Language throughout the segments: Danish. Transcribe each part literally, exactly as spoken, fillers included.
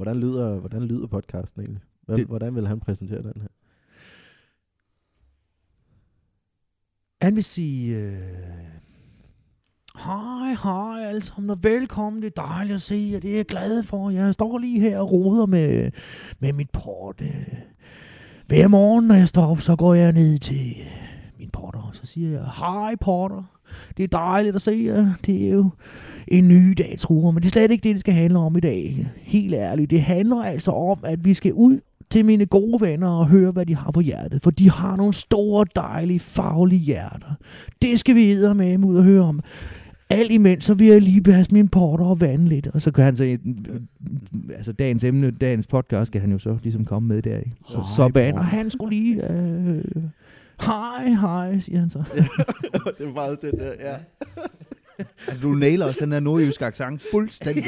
Hvordan lyder, hvordan lyder podcasten egentlig? Hvordan, hvordan vil han præsentere den her? Han vil sige, øh, hej, hej alle sammen, og velkommen, det er dejligt at se jer, det er jeg glad for. Jeg står lige her og roder med, med mit port. Hver morgen, når jeg står op, så går jeg ned til min porter, og så siger jeg, hej porter, det er dejligt at se jer. Det er jo en ny dag, tror men det er slet ikke det, det skal handle om i dag. Helt ærligt, det handler altså om, at vi skal ud til mine gode venner og høre, hvad de har på hjertet. For de har nogle store, dejlige, faglige hjerter. Det skal vi eddermame ud og høre om. Alt imens, så vil jeg lige passe min porter og vande lidt. Og så kan han så, altså dagens emne, dagens podcast, skal han jo så ligesom komme med der, ikke? Så, så bander han skulle lige, øh, hej, hej, siger han så. Det er meget den der, ja. Altså, du nailer også den der nordjyske accent fuldstændig.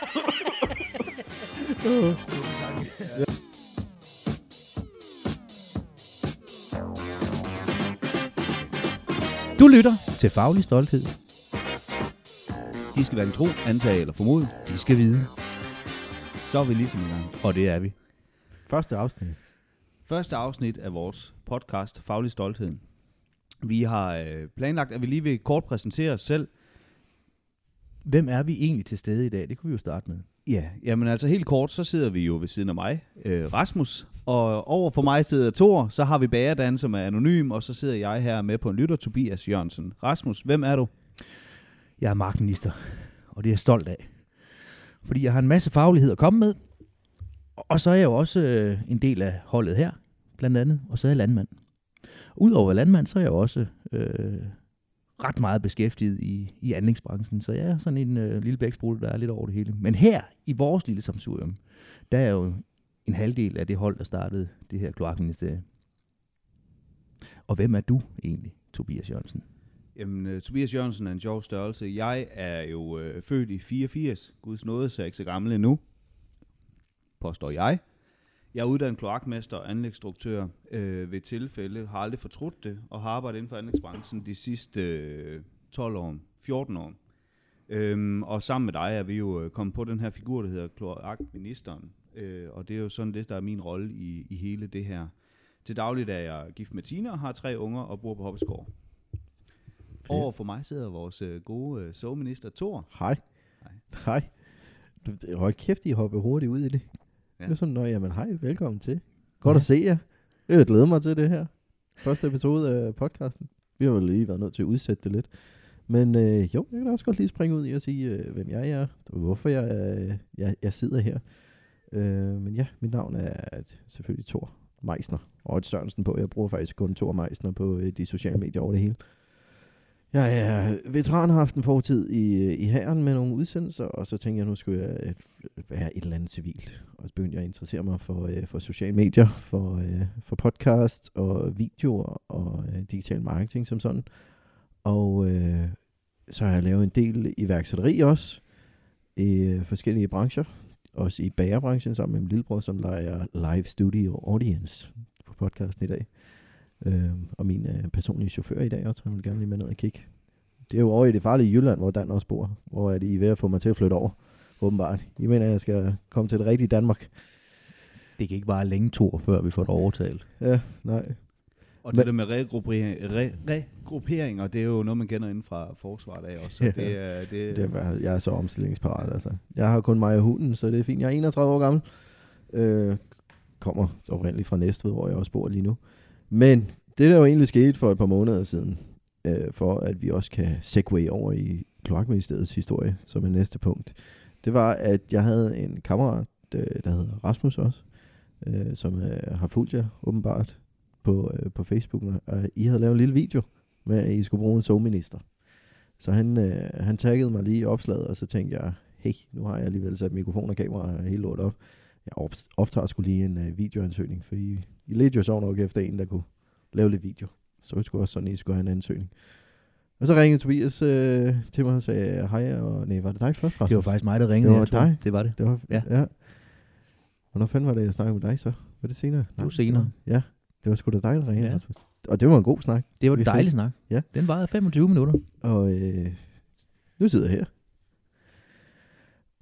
Du lytter til Faglig Stolthed. De skal hverken tro, antage eller formode. De skal vide. Så er vi ligesom i gang. Og det er vi. Første afsnit. Første afsnit af vores podcast, Faglig Stolthed. Vi har øh, planlagt, at vi lige vil kort præsentere os selv. Hvem er vi egentlig til stede i dag? Det kunne vi jo starte med. Ja, jamen altså helt kort, så sidder vi jo ved siden af mig, øh, Rasmus. Og over for mig sidder Thor, så har vi Bagerdan, som er anonym, og så sidder jeg her med på en lytter, Tobias Jørgensen. Rasmus, hvem er du? Jeg er markminister, og det er jeg stolt af. Fordi jeg har en masse faglighed at komme med. Og så er jeg jo også øh, en del af holdet her, blandt andet. Og så er jeg landmand. Udover landmand, så er jeg jo også øh, ret meget beskæftiget i, i anlægsbranchen. Så jeg er sådan en øh, lille bæksprut, der er lidt over det hele. Men her, i vores lille samsurium, der er jo en halvdel af det hold, der startede det her kloakministerie. Og hvem er du egentlig, Tobias Jørgensen? Jamen, uh, Tobias Jørgensen er en sjov størrelse. Jeg er jo uh, født i fireogfirs. Guds nåde, så jeg er ikke så gammel endnu. Påstår jeg. Jeg er uddannet kloakmester og anlægsstruktør øh, ved tilfælde. Har aldrig fortrudt det, og har arbejdet inden for anlægsbranchen de sidste øh, tolv år, fjorten år. Øhm, og sammen med dig er vi jo øh, kommet på den her figur, der hedder kloakministeren. Øh, og det er jo sådan det, der er min rolle i, i hele det her. Til dagligt er jeg gift med Tina og har tre unger og bor på Hobbesgård. Over for mig sidder vores øh, gode øh, sovminister Thor. Hej. Hej. Hej. Hold kæft, I hopper hurtigt ud i det. Ja. Det er sådan, når jamen hej, velkommen til. Godt ja. At se jer. Jeg glæder mig til det her. Første episode af podcasten. Vi har jo lige været nødt til at udsætte det lidt. Men øh, jo, jeg kan også godt lige springe ud i at sige, øh, hvem jeg er, og hvorfor jeg, øh, jeg, jeg sidder her. Øh, men ja, mit navn er selvfølgelig Thor Meisner. Og et Sørensen på. Jeg bruger faktisk kun Thor Meisner på øh, de sociale medier over det hele. Jeg er veteran, har haft en fortid i, i hæren med nogle udsendelser, og så tænkte jeg, nu skulle jeg være et eller andet civilt. Og så begyndte jeg at interessere mig for, øh, for sociale medier, for, øh, for podcast og videoer og øh, digital marketing som sådan. Og øh, så har jeg lavet en del iværksætteri også, i øh, forskellige brancher. Også i bagerbranchen sammen med min lillebror, som leger live studio audience på podcasten i dag. Øh, og min øh, personlige chauffør i dag også, han vil gerne lige med ned og kigge. Det er jo over i det farlige Jylland, hvor Dan også bor, hvor er de ved at få mig til at flytte over, åbenbart. I mener, at jeg skal komme til det rigtige Danmark. Det kan ikke bare længe to, før vi får det overtalt. Ja, nej. Og det Men, der med regruppering, re, regrupperinger, det er jo noget, man kender inden fra forsvaret af også. Så ja, det er, det, det er, jeg er så omstillingsparat, altså. Jeg har kun mig og hunden, så det er fint. Jeg er enogtredive år gammel. Øh, kommer oprindeligt fra Næstved, hvor jeg også bor lige nu. Men det der jo egentlig skete for et par måneder siden, øh, for at vi også kan segue over i Kloakministeriets historie, som er næste punkt, det var, at jeg havde en kammerat, øh, der hedder Rasmus også, øh, som øh, har fulgt jer åbenbart på, øh, på Facebook, og I havde lavet en lille video med, at I skulle bruge en sovminister. Så han, øh, han taggede mig lige i opslaget, og så tænkte jeg, hey, nu har jeg alligevel sat mikrofon og kamera helt lort op. Jeg optager skulle lige en uh, videoansøgning, for I, I ledte jo så nok efter en, der kunne lave lidt video. Så det skulle også sådan, I skulle have en ansøgning. Og så ringede Tobias øh, til mig og sagde hej, og nej, var det dig først, Rasmus? Det var faktisk mig, der ringede. Det var dig? Det var det. det var, ja. ja. Hvornår fanden var det, jeg snakkede med dig så? Var det senere? Det var senere. Det var, ja, det var sgu da dig, der ringede, ja. Rasmus. Og det var en god snak. Det var en dejlig snak. Ja. Den varede femogtyve minutter. Og øh, nu sidder jeg her.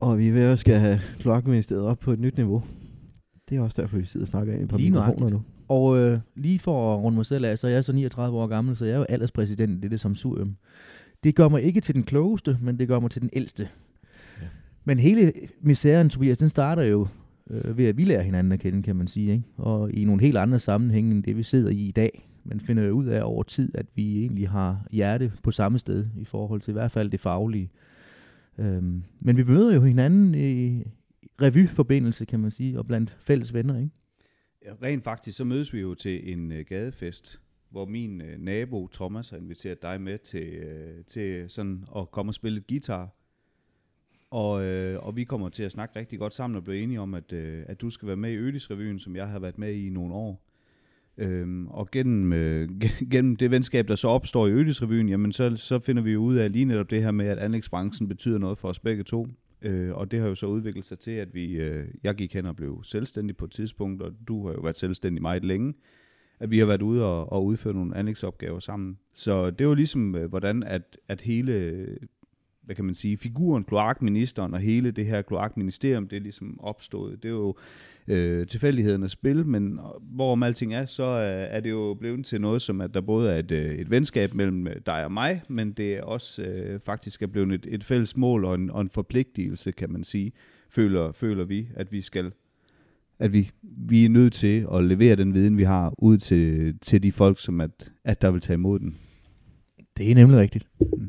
Og vi er ved at skal have kloakministeriet op på et nyt niveau. Det er også derfor, vi sidder og snakker ind i et par Lige mikrofoner nu. Og øh, lige for at runde mig selv af, så er jeg så niogtredive år gammel, så jeg er jo alderspræsident i dette samsurium. Det gør mig ikke til den klogeste, men det gør mig til den ældste. Ja. Men hele misæren, Tobias, den starter jo øh, ved, at vi lærer hinanden at kende, kan man sige. Ikke? Og i nogle helt andre sammenhænge, end det vi sidder i i dag. Man finder jo ud af over tid, at vi egentlig har hjerte på samme sted, i forhold til i hvert fald det faglige. Øhm, men vi møder jo hinanden i revyforbindelse, kan man sige, og blandt fælles venner, ikke? Ja, rent faktisk, så mødes vi jo til en uh, gadefest, hvor min uh, nabo Thomas har inviteret dig med til, uh, til sådan at komme og spille et guitar. Og, uh, og vi kommer til at snakke rigtig godt sammen og blive enige om, at, uh, at du skal være med i Ødis-revyen, som jeg har været med i nogle år. Øhm, og gennem, øh, gennem det venskab, der så opstår i Ødis-revyen, jamen så, så finder vi jo ud af lige netop det her med, at anlægsbranchen betyder noget for os begge to. Øh, og det har jo så udviklet sig til, at vi, øh, jeg gik hen og blev selvstændig på et tidspunkt, og du har jo været selvstændig meget længe, at vi har været ude og, og udføre nogle anlægsopgaver sammen. Så det var ligesom, øh, hvordan at, at hele, hvad kan man sige, figuren kloakministeren og hele det her kloakministerium, det er ligesom opstået. Det er jo øh, tilfældighedernes spil, men hvorom alting er, så er, er det jo blevet til noget, som at der både er et, et venskab mellem dig og mig, men det er også øh, faktisk er blevet et, et fælles mål og en, og en forpligtelse, kan man sige, føler, føler vi, at vi skal, at vi, vi er nødt til at levere den viden, vi har, ud til, til de folk, som at, at der vil tage imod den. Det er nemlig rigtigt. Mm.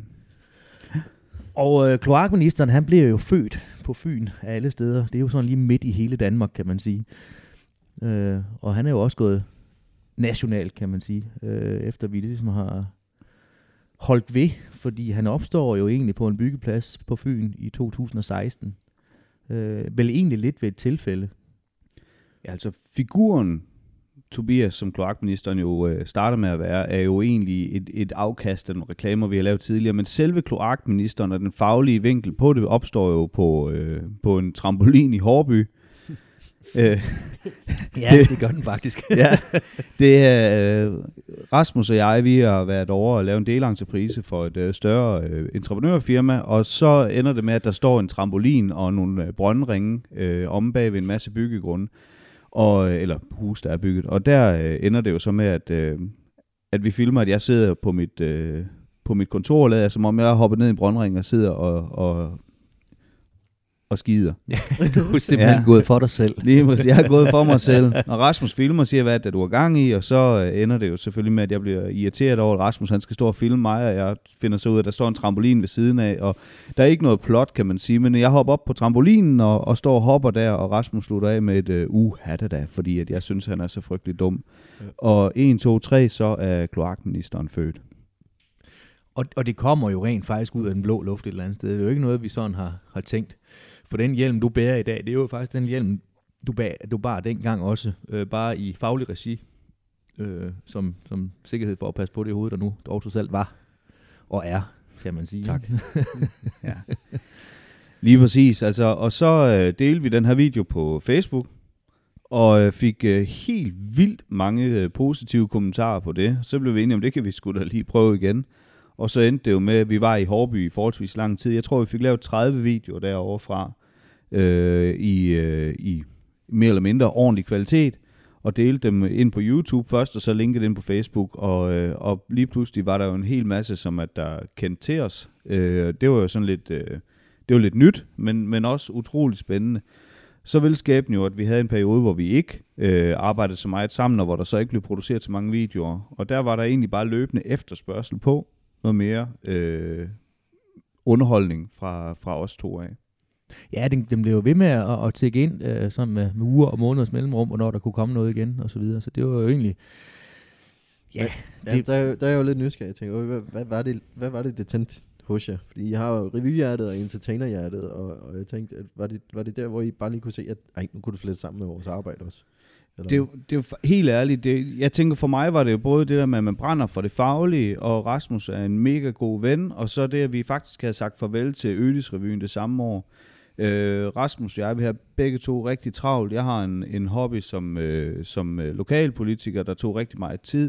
Og øh, kloakministeren, han bliver jo født på Fyn af alle steder. Det er jo sådan lige midt i hele Danmark, kan man sige. Øh, og han er jo også gået nationalt, kan man sige, øh, efter vi ligesom har holdt ved. Fordi han opstår jo egentlig på en byggeplads på Fyn i to tusind og seksten. Øh, vel egentlig lidt ved et tilfælde. Ja, altså figuren Tobias, som kloakministeren jo øh, starter med at være, er jo egentlig et, et afkast af nogle reklamer, vi har lavet tidligere. Men selve kloakministeren og den faglige vinkel på det opstår jo på, øh, på en trampolin i Hårby. øh, ja, det, det gør den faktisk. Ja, det er øh, Rasmus og jeg, vi har været over og lavet en delentreprise for et øh, større øh, entreprenørfirma, og så ender det med, at der står en trampolin og nogle øh, brøndringe øh, om bag ved en masse byggegrunde. Og, eller hus, der er bygget. Og der øh, ender det jo så med, at, øh, at vi filmer, at jeg sidder på mit, øh, på mit kontor, og lader, som om jeg har hoppet ned i en brøndring og sidder og, og, og skider. Du er simpelthen ja. gået for dig selv. Lige præcis, jeg har gået for mig selv. Og Rasmus filmer og siger, hvad det du har gang i, og så øh, ender det jo selvfølgelig med, at jeg bliver irriteret over, at Rasmus han skal stå og filme mig, og jeg finder så ud af, at der står en trampolin ved siden af, og der er ikke noget plot, kan man sige, men jeg hopper op på trampolinen og, og står og hopper der, og Rasmus slutter af med et øh, uh, hatter da, fordi at jeg synes, han er så frygtelig dum. Ja. Og en, to, tre, så er kloakministeren født. Og, og det kommer jo rent faktisk ud af den blå luft et eller andet sted. Det er jo ikke noget, vi sådan har, har tænkt. For den hjelm, du bærer i dag, det er jo faktisk den hjelm, du, bærer, du bar dengang også, øh, bare i faglig regi, øh, som, som sikkerhed for at passe på det hoved, der nu dog trods alt var og er, kan man sige. Tak. Ja. Lige præcis. Altså, og så øh, delte vi den her video på Facebook, og øh, fik øh, helt vildt mange øh, positive kommentarer på det. Så blev vi enige om, det kan vi sgu da lige prøve igen. Og så endte det jo med, at vi var i Hårby i forholdsvis lang tid. Jeg tror, vi fik lavet tredive videoer derovre fra øh, i, øh, i mere eller mindre ordentlig kvalitet, og delte dem ind på YouTube først, og så linkede det ind på Facebook. Og, øh, og lige pludselig var der jo en hel masse, som at der kendte til os. Øh, det var jo sådan lidt, øh, det var lidt nyt, men, men også utroligt spændende. Så ville skæbnen jo, at vi havde en periode, hvor vi ikke øh, arbejdede så meget sammen, og hvor der så ikke blev produceret så mange videoer. Og der var der egentlig bare løbende efterspørgsel på noget mere øh, underholdning fra, fra os to af. Ja, den, den blev jo ved med at, at tække ind øh, sådan med, med uger og måneders mellemrum, og når der kunne komme noget igen, og så videre. Så det var jo egentlig... Ja, ja det, der, er jo, der er jo lidt nysgerrig. Jeg tænker, hvad, hvad, var det, hvad var det, det tændte hos jer? Fordi jeg har jo revyhjertet og entertainerhjertet, og, og jeg tænkte, at var, det, var det der, hvor I bare lige kunne se, at ej, nu kunne det flette sammen med vores arbejde også? Eller? Det er, jo, det er jo helt ærligt. Det, jeg tænker, for mig var det jo både det der med, at man brænder for det faglige, og Rasmus er en mega god ven, og så det, at vi faktisk havde sagt farvel til Ødis-revyen det samme år. Øh, Rasmus og jeg, vi har begge to rigtig travlt. Jeg har en, en hobby som, øh, som øh, lokalpolitiker, der tog rigtig meget tid.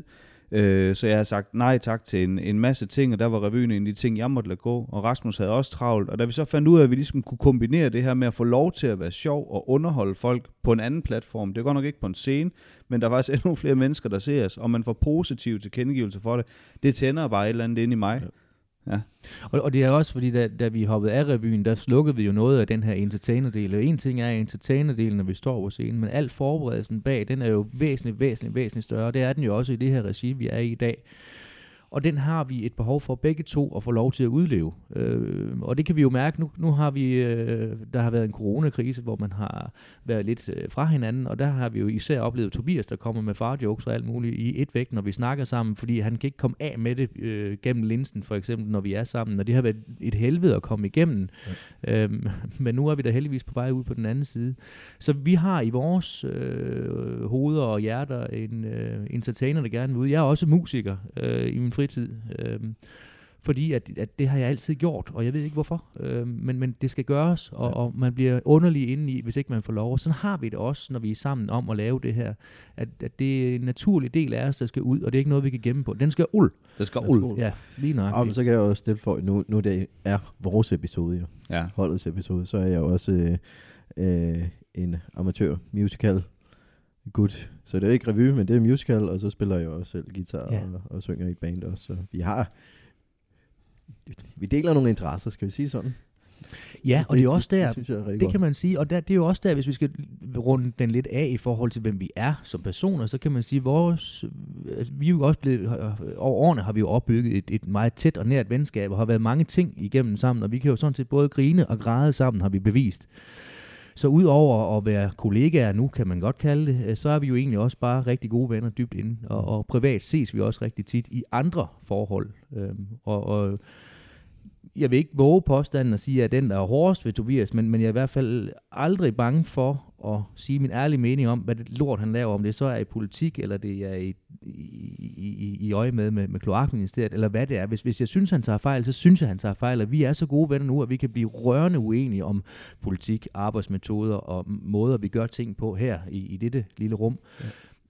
Øh, så jeg har sagt nej tak til en, en masse ting, og der var revyen en af de ting, jeg måtte lade gå, og Rasmus havde også travlt. Og da vi så fandt ud af, at vi ligesom kunne kombinere det her med at få lov til at være sjov og underholde folk på en anden platform, det er godt nok ikke på en scene, men der er faktisk endnu flere mennesker, der ser os, og man får positive tilkendegivelser for det. Det tænder bare et eller andet ind i mig. Ja. Ja. Og, og det er også fordi, da, da vi hoppede af revyen, der slukkede vi jo noget af den her entertainer-del. Og en ting er entertainer-delen, når vi står på scenen, men al forberedelsen bag, den er jo væsentligt, væsentligt, væsentligt større. Det er den jo også i det her regi, vi er i i dag. Og den har vi et behov for begge to at få lov til at udleve. Øh, og det kan vi jo mærke, nu, nu har vi, øh, der har været en coronakrise, hvor man har været lidt øh, fra hinanden, og der har vi jo især oplevet Tobias, der kommer med farjokes og alt muligt i et væk, når vi snakker sammen, fordi han kan ikke komme af med det øh, gennem linsen, for eksempel, når vi er sammen, og det har været et helvede at komme igennem. Ja. Øh, men nu er vi da heldigvis på vej ud på den anden side. Så vi har i vores øh, hoveder og hjerter en øh, entertainer, der gerne vil ud. Jeg er også musiker øh, i min fritid, øh, fordi at, at det har jeg altid gjort, og jeg ved ikke hvorfor, øh, men, men det skal gøres, og, ja. og man bliver underlig indeni, hvis ikke man får lov. Og sådan har vi det også, når vi er sammen om at lave det her, at, at det er en naturlig del af os, der skal ud, og det er ikke noget, vi kan gemme på. Den skal uld. Det skal uld. Ja, lige nok. Og så kan jeg også stille for, nu, nu det er vores episode, jo. Ja. Holdets episode, så er jeg også øh, øh, en amatør musical gut. Så det er ikke revy, men det er musical, og så spiller jeg også selv guitar ja. og, og synger i et band også. Så vi har, vi deler nogle interesser, skal vi sige sådan. Ja, og det er også der, det, det, det, det kan man sige, og der, det er jo også der, hvis vi skal runde den lidt af i forhold til, hvem vi er som personer, så kan man sige, vores, altså, vi er jo også blevet, over årene har vi jo opbygget et, et meget tæt og nært venskab, og har været mange ting igennem sammen, og vi kan jo sådan set både grine og græde sammen, har vi bevist. Så udover at være kollegaer nu, kan man godt kalde det, så er vi jo egentlig også bare rigtig gode venner dybt inde. Og, og privat ses vi også rigtig tit i andre forhold. Øhm, og, og jeg vil ikke våge påstanden at sige, at den der er hårdest ved Tobias, men, men jeg er i hvert fald aldrig bange for at sige min ærlige mening om, hvad det lort han laver, om det så er i politik, eller det er i, i, i, i øje med, med, med kloakministeriet, eller hvad det er. Hvis, hvis jeg synes, han tager fejl, så synes jeg, han tager fejl, og vi er så gode venner nu, at vi kan blive rørende uenige om politik, arbejdsmetoder og måder, vi gør ting på her i, i dette lille rum. Ja.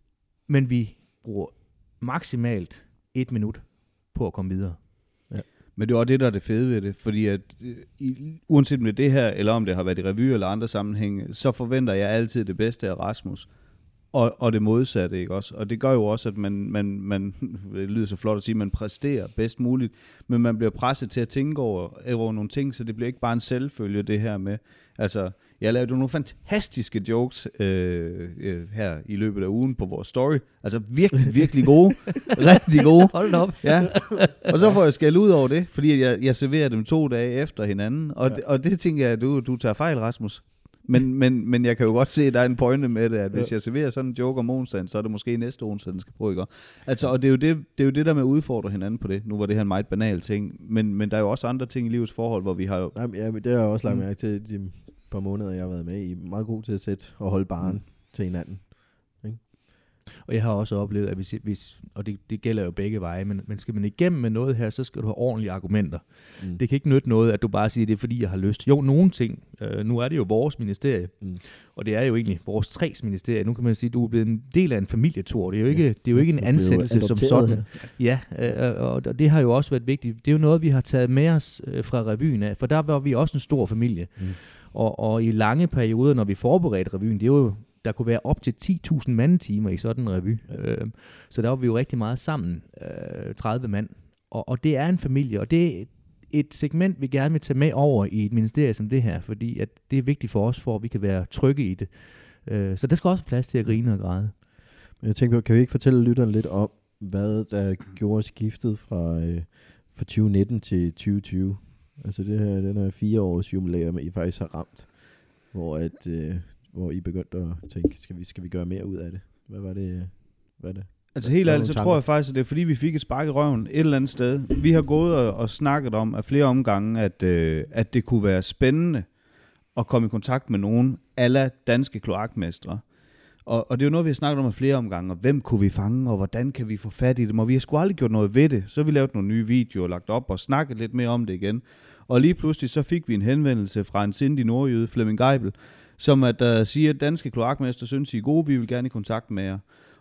Men vi bruger maksimalt et minut på at komme videre. Ja. Men det er også det, der er det fede ved det, fordi at i, uanset om det er det her, eller om det har været i revy eller andre sammenhænge, så forventer jeg altid det bedste af Rasmus, og, og det modsatte, ikke også? Og det gør jo også, at man, man, man det lyder så flot at sige, man præsterer bedst muligt, men man bliver presset til at tænke over, over nogle ting, så det bliver ikke bare en selvfølge, det her med, altså, jeg lavede nogle fantastiske jokes øh, øh, her i løbet af ugen på vores story. Altså virkelig, virkelig gode. Rigtig gode. Hold op. Ja. Og så får jeg skæld ud over det, fordi jeg, jeg serverer dem to dage efter hinanden. Og, ja. det, og det tænker jeg, at du, du tager fejl, Rasmus. Men, men, men jeg kan jo godt se, at der er en pointe med det, at hvis ja. jeg serverer sådan en joke om onsdagen, så er det måske næste onsdag, den skal prøve, ikke? Altså, og det er, jo det, det er jo det der med at udfordre hinanden på det. Nu var det her en meget banal ting, men, men der er jo også andre ting i livets forhold, hvor vi har... Jamen, ja, men det har jeg også lagt mærke til de par måneder, jeg har været med i. Meget god til at sætte og holde barn mm. til hinanden. Ikke? Og jeg har også oplevet, at hvis, hvis og det, det gælder jo begge veje, men, men skal man igennem med noget her, så skal du have ordentlige argumenter. Mm. Det kan ikke nytte noget, at du bare siger, det er fordi, jeg har lyst. Jo, nogle ting. Øh, nu er det jo vores ministerie, mm. og det er jo egentlig vores tres ministerie. Nu kan man sige, at du er blevet en del af en familietur. Det er jo ikke, det er jo ikke en ansættelse som sådan. Her. Ja, øh, og det har jo også været vigtigt. Det er jo noget, vi har taget med os øh, fra revyen af, for der var vi også en stor familie. Mm. Og, og i lange perioder, når vi forberedte revyen, det er jo, der kunne være op til ti tusind mandetimer i sådan en revy. Ja. Øh, så der var vi jo rigtig meget sammen, øh, tredive mand. Og, og det er en familie, og det er et segment, vi gerne vil tage med over i et ministerie som det her, fordi at det er vigtigt for os, for at vi kan være trygge i det. Øh, så der skal også plads til at grine og græde. Men jeg tænker, kan vi ikke fortælle lytterne lidt om, hvad der gjorde skiftet fra, øh, fra tyve nitten til tyve tyve? Altså det her, den her fire års jubilæum, I faktisk har ramt, hvor, at, øh, hvor I begyndte at tænke, skal vi, skal vi gøre mere ud af det? Hvad var det? Hvad er det? Altså helt ærligt, så tror jeg faktisk, at det er fordi, vi fik et spark i røven et eller andet sted. Vi har gået og, og snakket om af flere omgange, at, øh, at det kunne være spændende at komme i kontakt med nogen a la danske kloakmestre. Og, og det er jo noget, vi har snakket om af flere omgange, og hvem kunne vi fange, og hvordan kan vi få fat i dem, og vi har sgu aldrig gjort noget ved det. Så har vi lavet nogle nye videoer, lagt op og snakket lidt mere om det igen. Og lige pludselig så fik vi en henvendelse fra en sindig nordjyde, Flemming Geibel, som at uh, siger, at danske kloakmester synes, I er gode, vi vil gerne i kontakt med jer.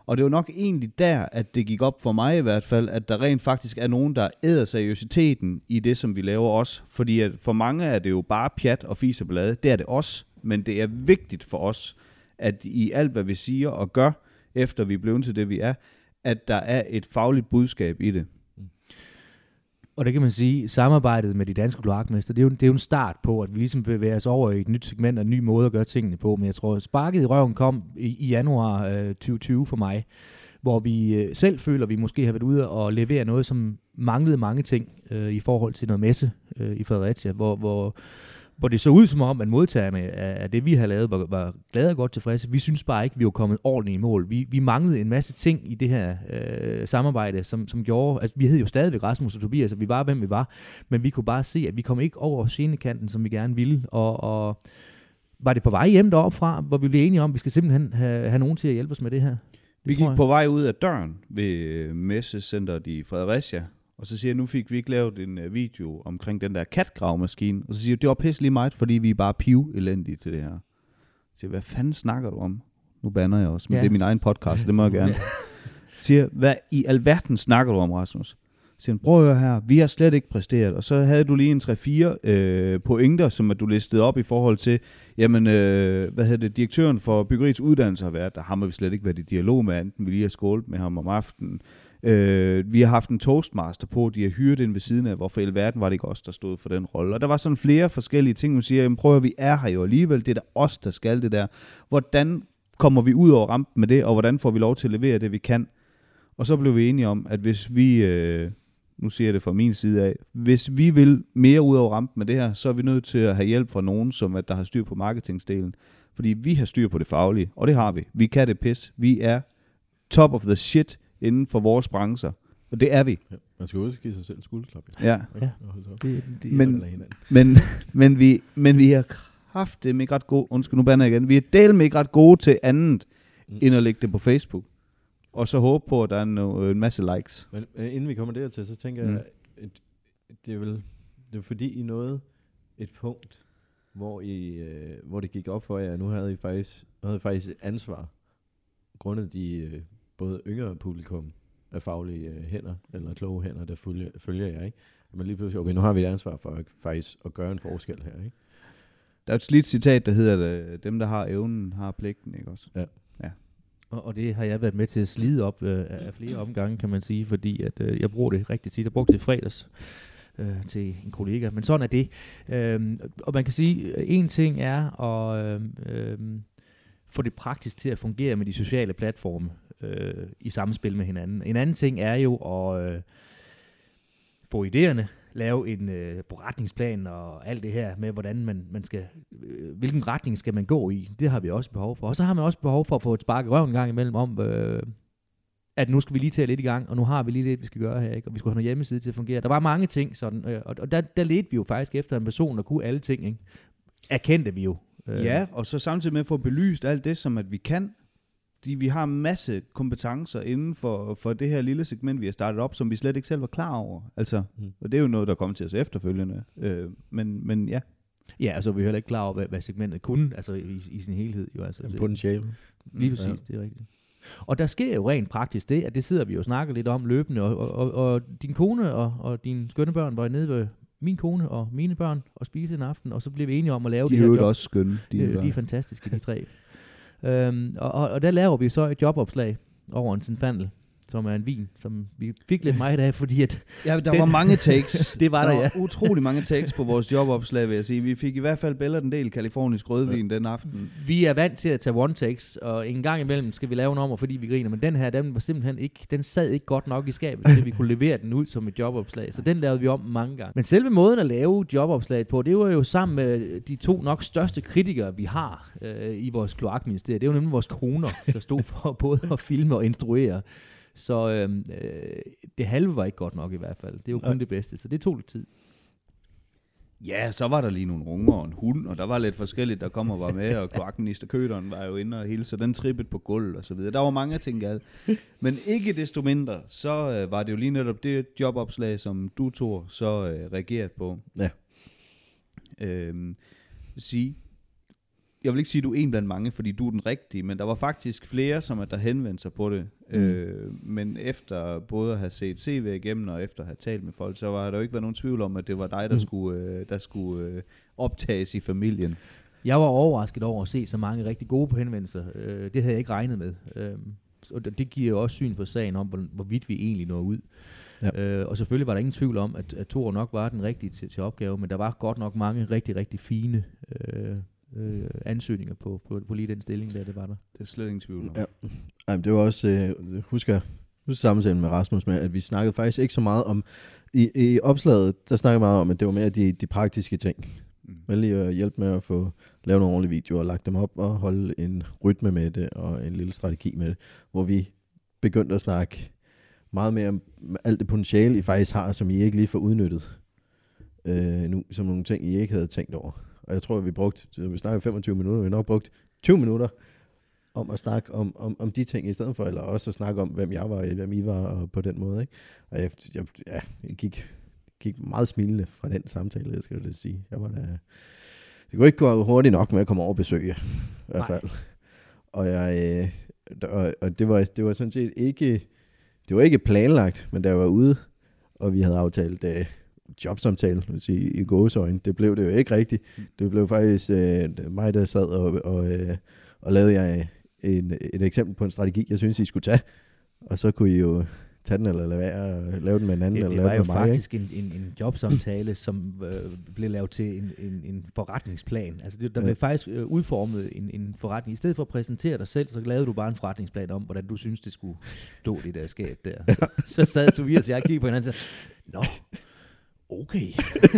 Og det var nok egentlig der, at det gik op for mig i hvert fald, at der rent faktisk er nogen, der æder seriøsiteten i det, som vi laver også. Fordi at for mange er det jo bare pjat og fis og blade. Det er det også, men det er vigtigt for os, at i alt, hvad vi siger og gør, efter vi er blevet til det, vi er, at der er et fagligt budskab i det. Og det kan man sige, samarbejdet med de danske kloakmester, det er jo, det er jo en start på, at vi ligesom bevæger os over i et nyt segment og en ny måde at gøre tingene på. Men jeg tror, sparket i røven kom i, i januar øh, tyve tyve for mig, hvor vi øh, selv føler, at vi måske har været ude og levere noget, som manglede mange ting øh, i forhold til noget messe øh, i Fredericia, hvor, hvor, hvor det så ud som om, at modtagerne af, af det, vi har lavet, var, var glade og godt tilfredse. Vi synes bare ikke, at vi var kommet ordentligt i mål. Vi, vi manglede en masse ting i det her øh, samarbejde, som, som gjorde, at vi hed jo stadigvæk Rasmus og Tobias, og vi var, hvem vi var, men vi kunne bare se, at vi kom ikke over scenekanten, som vi gerne ville, og, og var det på vej hjem deroppe fra, hvor vi blev enige om, at vi skal simpelthen have, have nogen til at hjælpe os med det her? Det vi gik på vej ud af døren ved messecenteret i Fredericia, og så siger jeg, nu fik vi ikke lavet en uh, video omkring den der katgravmaskine. Og så siger jeg, det var pisse lige meget, fordi vi er bare piv elendige til det her. Så siger jeg, hvad fanden snakker du om? Nu banner jeg også, men ja. Det er min egen podcast, så det må jeg gerne. Så siger jeg, hvad i alverden snakker du om, Rasmus? Så siger han, prøv at høre her, vi har slet ikke præsteret. Og så havde du lige en tre fire øh, pointer, som at du listede op i forhold til, jamen, øh, hvad hedder det, direktøren for byggeriets uddannelse har været, der har vi slet ikke været i dialog med, enten vi lige har skålet med ham om aftenen. Øh, vi har haft en toastmaster på, de har hyret ind ved siden af, hvorfor i alverden var det ikke os, der stod for den rolle. Og der var sådan flere forskellige ting, man siger, jamen prøv at vi er her jo alligevel, det er da os, der skal det der. Hvordan kommer vi ud over rampen med det, og hvordan får vi lov til at levere det, vi kan? Og så blev vi enige om, at hvis vi, øh, nu siger jeg det fra min side af, hvis vi vil mere ud over rampen med det her, så er vi nødt til at have hjælp fra nogen, som at der har styr på marketingsdelen. Fordi vi har styr på det faglige, og det har vi. Vi kan det pis. Vi er top of the shit inden for vores brancher. Og det er vi. Ja, man skal også give sig selv skulderklap. Ja. ja. Det, det, men, men, men, vi, men vi er kraftigt ikke ret gode, undskyld nu bander jeg igen, vi er delt ikke ret gode til andet, mm. end at lægge det på Facebook. Og så håbe på, at der er no, en masse likes. Men uh, inden vi kommer dertil, så tænker mm. jeg, at det er vel det er fordi I nåede et punkt, hvor, I, uh, hvor det gik op for jer, at nu havde I faktisk, havde I faktisk et ansvar, grundet de uh, både yngre publikum af faglige uh, hænder, eller kloge hænder, der følger, følger jer, ikke? Men lige pludselig, okay, nu har vi et ansvar for at, faktisk at gøre en forskel her, ikke? Der er et slidt citat, der hedder, at dem, der har evnen, har pligten, ikke også? Ja. Ja. Og, og det har jeg været med til at slide op øh, af flere omgange, kan man sige, fordi at, øh, jeg bruger det rigtig tit. Jeg brugte det i fredags øh, til en kollega, men sådan er det. Øh, og man kan sige, at en ting er at øh, øh, få det praktisk til at fungere med de sociale platforme øh, i samspil med hinanden. En anden ting er jo at øh, få idéerne, lave en øh, beretningsplan og alt det her med, hvordan man, man skal, øh, hvilken retning skal man gå i. Det har vi også behov for. Og så har man også behov for at få et spark i røven en gang imellem om, øh, at nu skal vi lige tage lidt i gang, og nu har vi lige det, vi skal gøre her, ikke? Og vi skulle have noget hjemmeside til at fungere. Der var mange ting sådan, øh, og, og der, der ledte vi jo faktisk efter en person, der kunne alle ting, ikke? Erkendte vi jo. Øh. Ja, og så samtidig med at få belyst alt det, som at vi kan. De, vi har en masse kompetencer inden for, for det her lille segment, vi har startet op, som vi slet ikke selv var klar over. Altså, mm. Og det er jo noget, der kommer til os efterfølgende. Øh, men, men ja. Ja, altså vi er heller ikke klar over, hvad, hvad segmentet kunne, altså i, i sin helhed. Jo, altså, en potentiale. Lige præcis, ja. Det er rigtigt. Og der sker jo rent praktisk det, at det sidder vi jo og snakker lidt om løbende, og, og, og, og din kone og, og dine skønne børn var nede ved min kone og mine børn og spise en aften, og så blev vi enige om at lave de det her job. De er jo også skønne. De, de, de er fantastiske, de tre. Øhm, og, og, og der laver vi så et jobopslag over en Zinfandel, som er en vin, som vi fik lidt meget af, fordi at... Ja, der den, var mange takes. Det var der, der ja. var utrolig mange takes på vores jobopslag, vil jeg sige. Vi fik i hvert fald bællet en del kalifornisk rødvin ja. den aften. Vi er vant til at tage one takes, og en gang imellem skal vi lave en om, fordi vi griner, men den her, den var simpelthen ikke, den sad ikke godt nok i skabet, til vi kunne levere den ud som et jobopslag. Så den lavede vi om mange gange. Men selve måden at lave jobopslaget på, det var jo sammen med de to nok største kritikere, vi har øh, i vores kloakministerium. Det er jo nemlig vores koner, der stod for både at filme og instruere. Så øh, det halve var ikke godt nok i hvert fald. Det er jo kun ja. det bedste, så det tog lidt tid. Ja, så var der lige nogle unger og en hund, og der var lidt forskelligt, der kom og var med, og kloakminister Køderen var jo inde og hilse, den trippet på gulv og så videre. Der var mange ting galt. Men ikke desto mindre, så øh, var det jo lige netop det jobopslag, som du, Thor, så øh, reagerede på. Ja. Øhm, sige, jeg vil ikke sige, at du er en blandt mange, fordi du er den rigtige, men der var faktisk flere, som at der henvendte sig på det. Mm. Øh, men efter både at have set C V igennem, og efter at have talt med folk, så var der jo ikke været nogen tvivl om, at det var dig, der mm. skulle, øh, der skulle øh, optages i familien. Jeg var overrasket over at se så mange rigtig gode på henvendelser. Øh, det havde jeg ikke regnet med. Øh, og det, det giver jo også syn på sagen om, hvor, hvorvidt vi egentlig når ud. Ja. Øh, og selvfølgelig var der ingen tvivl om, at, at Thor nok var den rigtige til, til opgave, men der var godt nok mange rigtig, rigtig fine øh, øh, ansøgninger på, på, på lige den stilling der, det var der. Det er slet ingen tvivl om. Ja. Jamen, det var også, øh, husker husker samtalen med Rasmus med, at vi snakkede faktisk ikke så meget om, i, i opslaget, der snakkede meget om, at det var mere de, de praktiske ting. Mm. Men lige at hjælpe med at få lavet nogle ordentlige videoer, og lagt dem op og holde en rytme med det, og en lille strategi med det, hvor vi begyndte at snakke meget mere om alt det potentiale, I faktisk har, som I ikke lige får udnyttet øh, nu, som nogle ting, I ikke havde tænkt over. Og jeg tror, at vi brugte, vi snakkede femogtyve minutter, vi har nok brugt tyve minutter om at snakke om, om, om de ting i stedet for, eller også at snakke om, hvem jeg var, hvem I var, og på den måde. Ikke? Og jeg, jeg, ja, jeg gik, gik meget smilende fra den samtale, jeg skal det sige. Jeg var da, det kunne ikke gå hurtigt nok med at komme over og besøge, i hvert fald. Og, jeg, øh, og, og det, var, det var sådan set ikke, det var ikke planlagt, men da jeg var ude, og vi havde aftalt øh, jobsamtale, vil sige, i gåseøjne, det blev det jo ikke rigtigt. Det blev faktisk øh, mig, der sad og, og, øh, og lavede jeg en, et eksempel på en strategi, jeg synes, I skulle tage. Og så kunne I jo tage den, eller lade være, og lave den med en anden, det, eller det lave var den jo med mig. faktisk en, en, en jobsamtale, som øh, blev lavet til en, en, en forretningsplan. Altså det, der blev ja. faktisk øh, udformet en, en forretning. I stedet for at præsentere dig selv, så lavede du bare en forretningsplan om, hvordan du synes, det skulle stå i det skab der. Ja. Så, så sad Tobias og jeg kiggede på hinanden og sagde, nå, okay.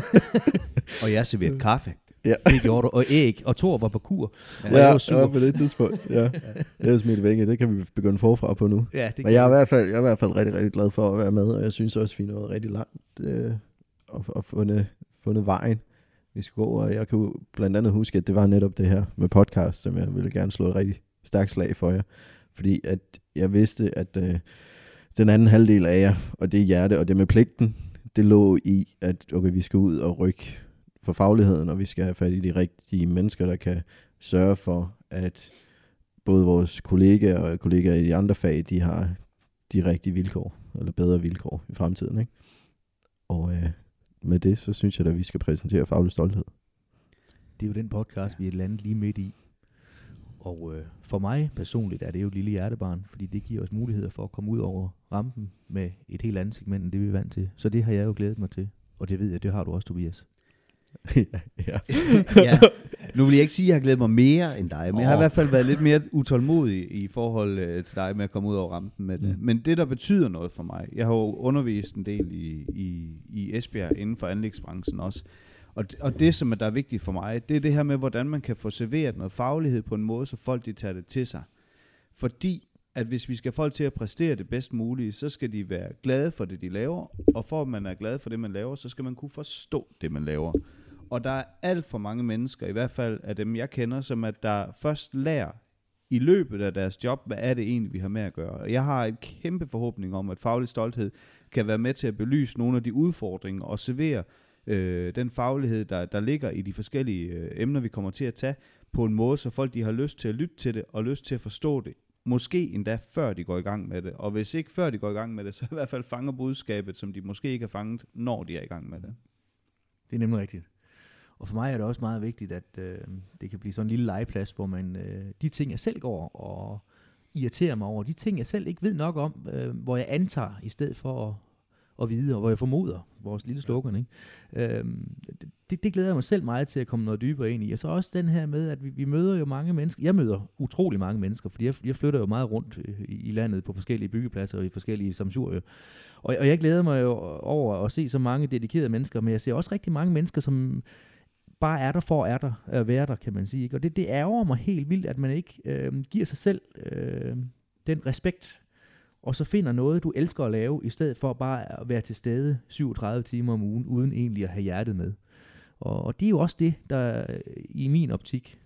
Og jeg serverede kaffe. Ja. Det gjorde du. Og æg. Og Thor var på kur. Ja, og jeg var sur. Jeg var på det tidspunkt. Ja. Ja. Jeg er smidt væk. Det kan vi begynde forfra på nu. Ja, det Men jeg er, i hvert fald, jeg er i hvert fald rigtig, rigtig glad for at være med. Og jeg synes også, vi er nået rigtig langt øh, og, og fundet, fundet vejen, vi skal gå. Og jeg kan jo blandt andet huske, at det var netop det her med podcast, som jeg ville gerne slå et rigtig stærkt slag for jer. Fordi at jeg vidste, at øh, den anden halvdel af jer, og det hjerte, og det med pligten, det lå i, at okay, vi skal ud og rykke for fagligheden, og vi skal have fat i de rigtige mennesker, der kan sørge for, at både vores kollegaer og kollegaer i de andre fag, de har de rigtige vilkår, eller bedre vilkår i fremtiden. Ikke? Og øh, med det, så synes jeg, at vi skal præsentere faglig stolthed. Det er jo den podcast, vi er landet lige midt i. Og øh, for mig personligt er det jo et lille hjertebarn, fordi det giver os muligheder for at komme ud over rampen med et helt andet segment, end det vi er vant til. Så det har jeg jo glædet mig til, og det ved jeg, det har du også, Tobias. ja, ja. ja. Nu vil jeg ikke sige, at jeg har glædet mig mere end dig, men oh. jeg har i hvert fald været lidt mere utålmodig i forhold øh, til dig med at komme ud over rampen med det. Mm. Men det, der betyder noget for mig, jeg har jo undervist en del i, i, i Esbjerg inden for anlægsbranchen også, og, og det, som er der er vigtigt for mig, det er det her med, hvordan man kan få serveret noget faglighed på en måde, så folk de tager det til sig. Fordi at hvis vi skal have folk til at præstere det bedst mulige, så skal de være glade for det, de laver, og for at man er glad for det, man laver, så skal man kunne forstå det, man laver. Og der er alt for mange mennesker, i hvert fald af dem, jeg kender, som at der først lærer i løbet af deres job, hvad er det egentlig, vi har med at gøre. Og jeg har en kæmpe forhåbning om, at faglig stolthed kan være med til at belyse nogle af de udfordringer og servere øh, den faglighed, der, der ligger i de forskellige øh, emner, vi kommer til at tage, på en måde, så folk de har lyst til at lytte til det, og lyst til at forstå det. Måske endda før de går i gang med det. Og hvis ikke før de går i gang med det, så i hvert fald fanger budskabet, som de måske ikke har fanget, når de er i gang med det. Det er nemlig rigtigt. Og for mig er det også meget vigtigt, at øh, det kan blive sådan en lille legeplads, hvor man øh, de ting, jeg selv går og irriterer mig over, de ting, jeg selv ikke ved nok om, øh, hvor jeg antager i stedet for at, at vide, og hvor jeg formoder vores lille slogan. Ikke? Øh, det, det glæder jeg mig selv meget til at komme noget dybere ind i. Og så også den her med, at vi, vi møder jo mange mennesker. Jeg møder utrolig mange mennesker, fordi jeg, jeg flytter jo meget rundt i, i landet på forskellige byggepladser og i forskellige samsurier. Og, og jeg glæder mig jo over at se så mange dedikerede mennesker, men jeg ser også rigtig mange mennesker, som bare er der for at, er der, at være der, kan man sige. Ikke? Og det, det ærger mig helt vildt, at man ikke øh, giver sig selv øh, den respekt, og så finder noget, du elsker at lave, i stedet for bare at være til stede syvogtredive timer om ugen, uden egentlig at have hjertet med. Og, og det er jo også det, der i min optik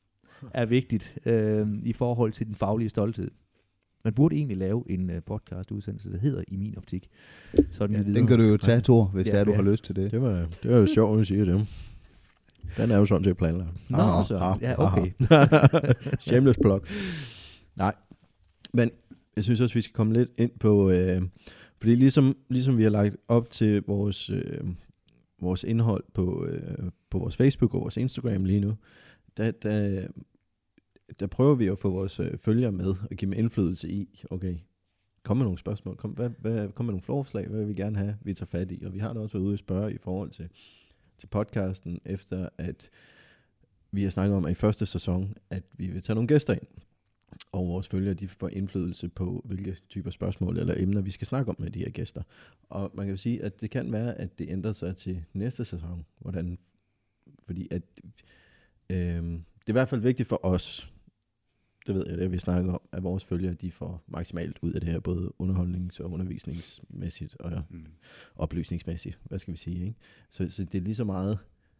er vigtigt øh, i forhold til den faglige stolthed. Man burde egentlig lave en uh, podcast-udsendelse, der hedder I min optik. Sådan ja, den kan du jo tage, Thor, hvis ja, det er, du ja. har lyst til det. Det var, det var jo sjovt, at sige det. Den er jo sådan set planlagt. Nå, Ah, så. ah, Ja, okay. Shameless plug. Nej, men jeg synes også, vi skal komme lidt ind på, øh, fordi ligesom, ligesom vi har lagt op til vores, øh, vores indhold på, øh, på vores Facebook og vores Instagram lige nu, der, der, der prøver vi at få vores øh, følgere med og give dem indflydelse i, okay, kom med nogle spørgsmål, kom, hvad, hvad, kom med nogle forslag, hvad vil vi gerne have, vi tager fat i, og vi har da også været ude og spørge i forhold til, til podcasten, efter at vi har snakket om, at i første sæson, at vi vil tage nogle gæster ind, og vores følgere, de får indflydelse på, hvilke typer spørgsmål eller emner, vi skal snakke om med de her gæster. Og man kan jo sige, at det kan være, at det ændrer sig til næste sæson, hvordan, fordi at, øh, det er i hvert fald vigtigt for os, det ved jeg, det vi snakker om, at vores følgere, de får maksimalt ud af det her, både underholdnings- og undervisningsmæssigt og mm. oplysningsmæssigt, hvad skal vi sige, ikke? Så, så det er lige så meget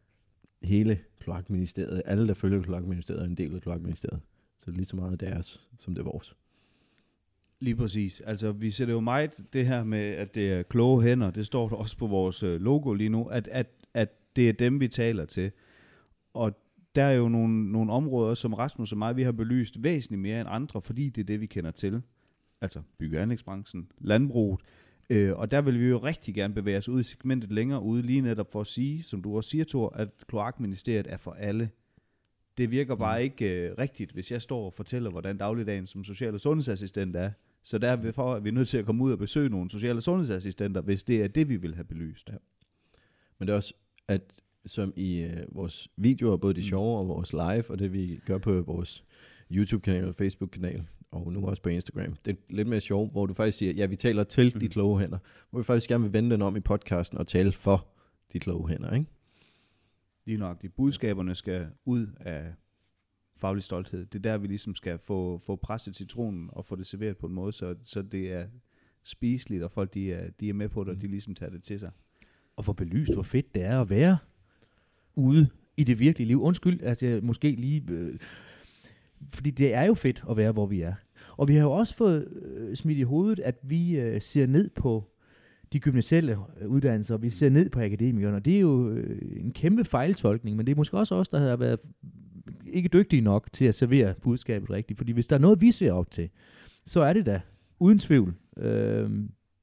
hele Kloakministeriet, alle der følger Kloakministeriet er en del af Kloakministeriet. Så det er lige så meget deres, som det er vores. Lige præcis. Altså, vi ser det jo meget, det her med, at det er kloge hænder, det står der også på vores logo lige nu, at, at, at det er dem, vi taler til. Og der er jo nogle, nogle områder, som Rasmus og mig, vi har belyst væsentligt mere end andre, fordi det er det, vi kender til. Altså bygge- og anlægsbranchen, landbruget. Øh, og der vil vi jo rigtig gerne bevæge os ud i segmentet længere ude, lige netop for at sige, som du også siger, Thor, at Kloakministeriet er for alle. Det virker bare mm. ikke øh, rigtigt, hvis jeg står og fortæller, hvordan dagligdagen som social- og sundhedsassistent er. Så derfor er vi nødt til at komme ud og besøge nogle social- og sundhedsassistenter, hvis det er det, vi vil have belyst. Ja. Men det er også, at som i øh, vores videoer, både de sjove og vores live, og det vi gør på vores YouTube-kanal og Facebook-kanal, og nu også på Instagram, det er lidt mere sjovt, hvor du faktisk siger, ja, vi taler til mm. de kloge hænder, hvor vi faktisk gerne vil vende den om i podcasten og tale for de kloge hænder, ikke? Lige nok. De budskaberne skal ud af faglig stolthed. Det er der, vi ligesom skal få, få presset citronen og få det serveret på en måde, så, så det er spiseligt, og folk de er, de er med på det, og de ligesom tager det til sig. Og få belyst, hvor fedt det er at være ude i det virkelige liv. Undskyld, at jeg måske lige... Øh, fordi det er jo fedt at være, hvor vi er. Og vi har jo også fået øh, smidt i hovedet, at vi øh, ser ned på de gymnasielle uddannelser, og vi ser ned på akademikerne, og det er jo øh, en kæmpe fejltolkning, men det er måske også os, der har været ikke dygtige nok til at servere budskabet rigtigt, fordi hvis der er noget, vi ser op til, så er det da, uden tvivl, øh,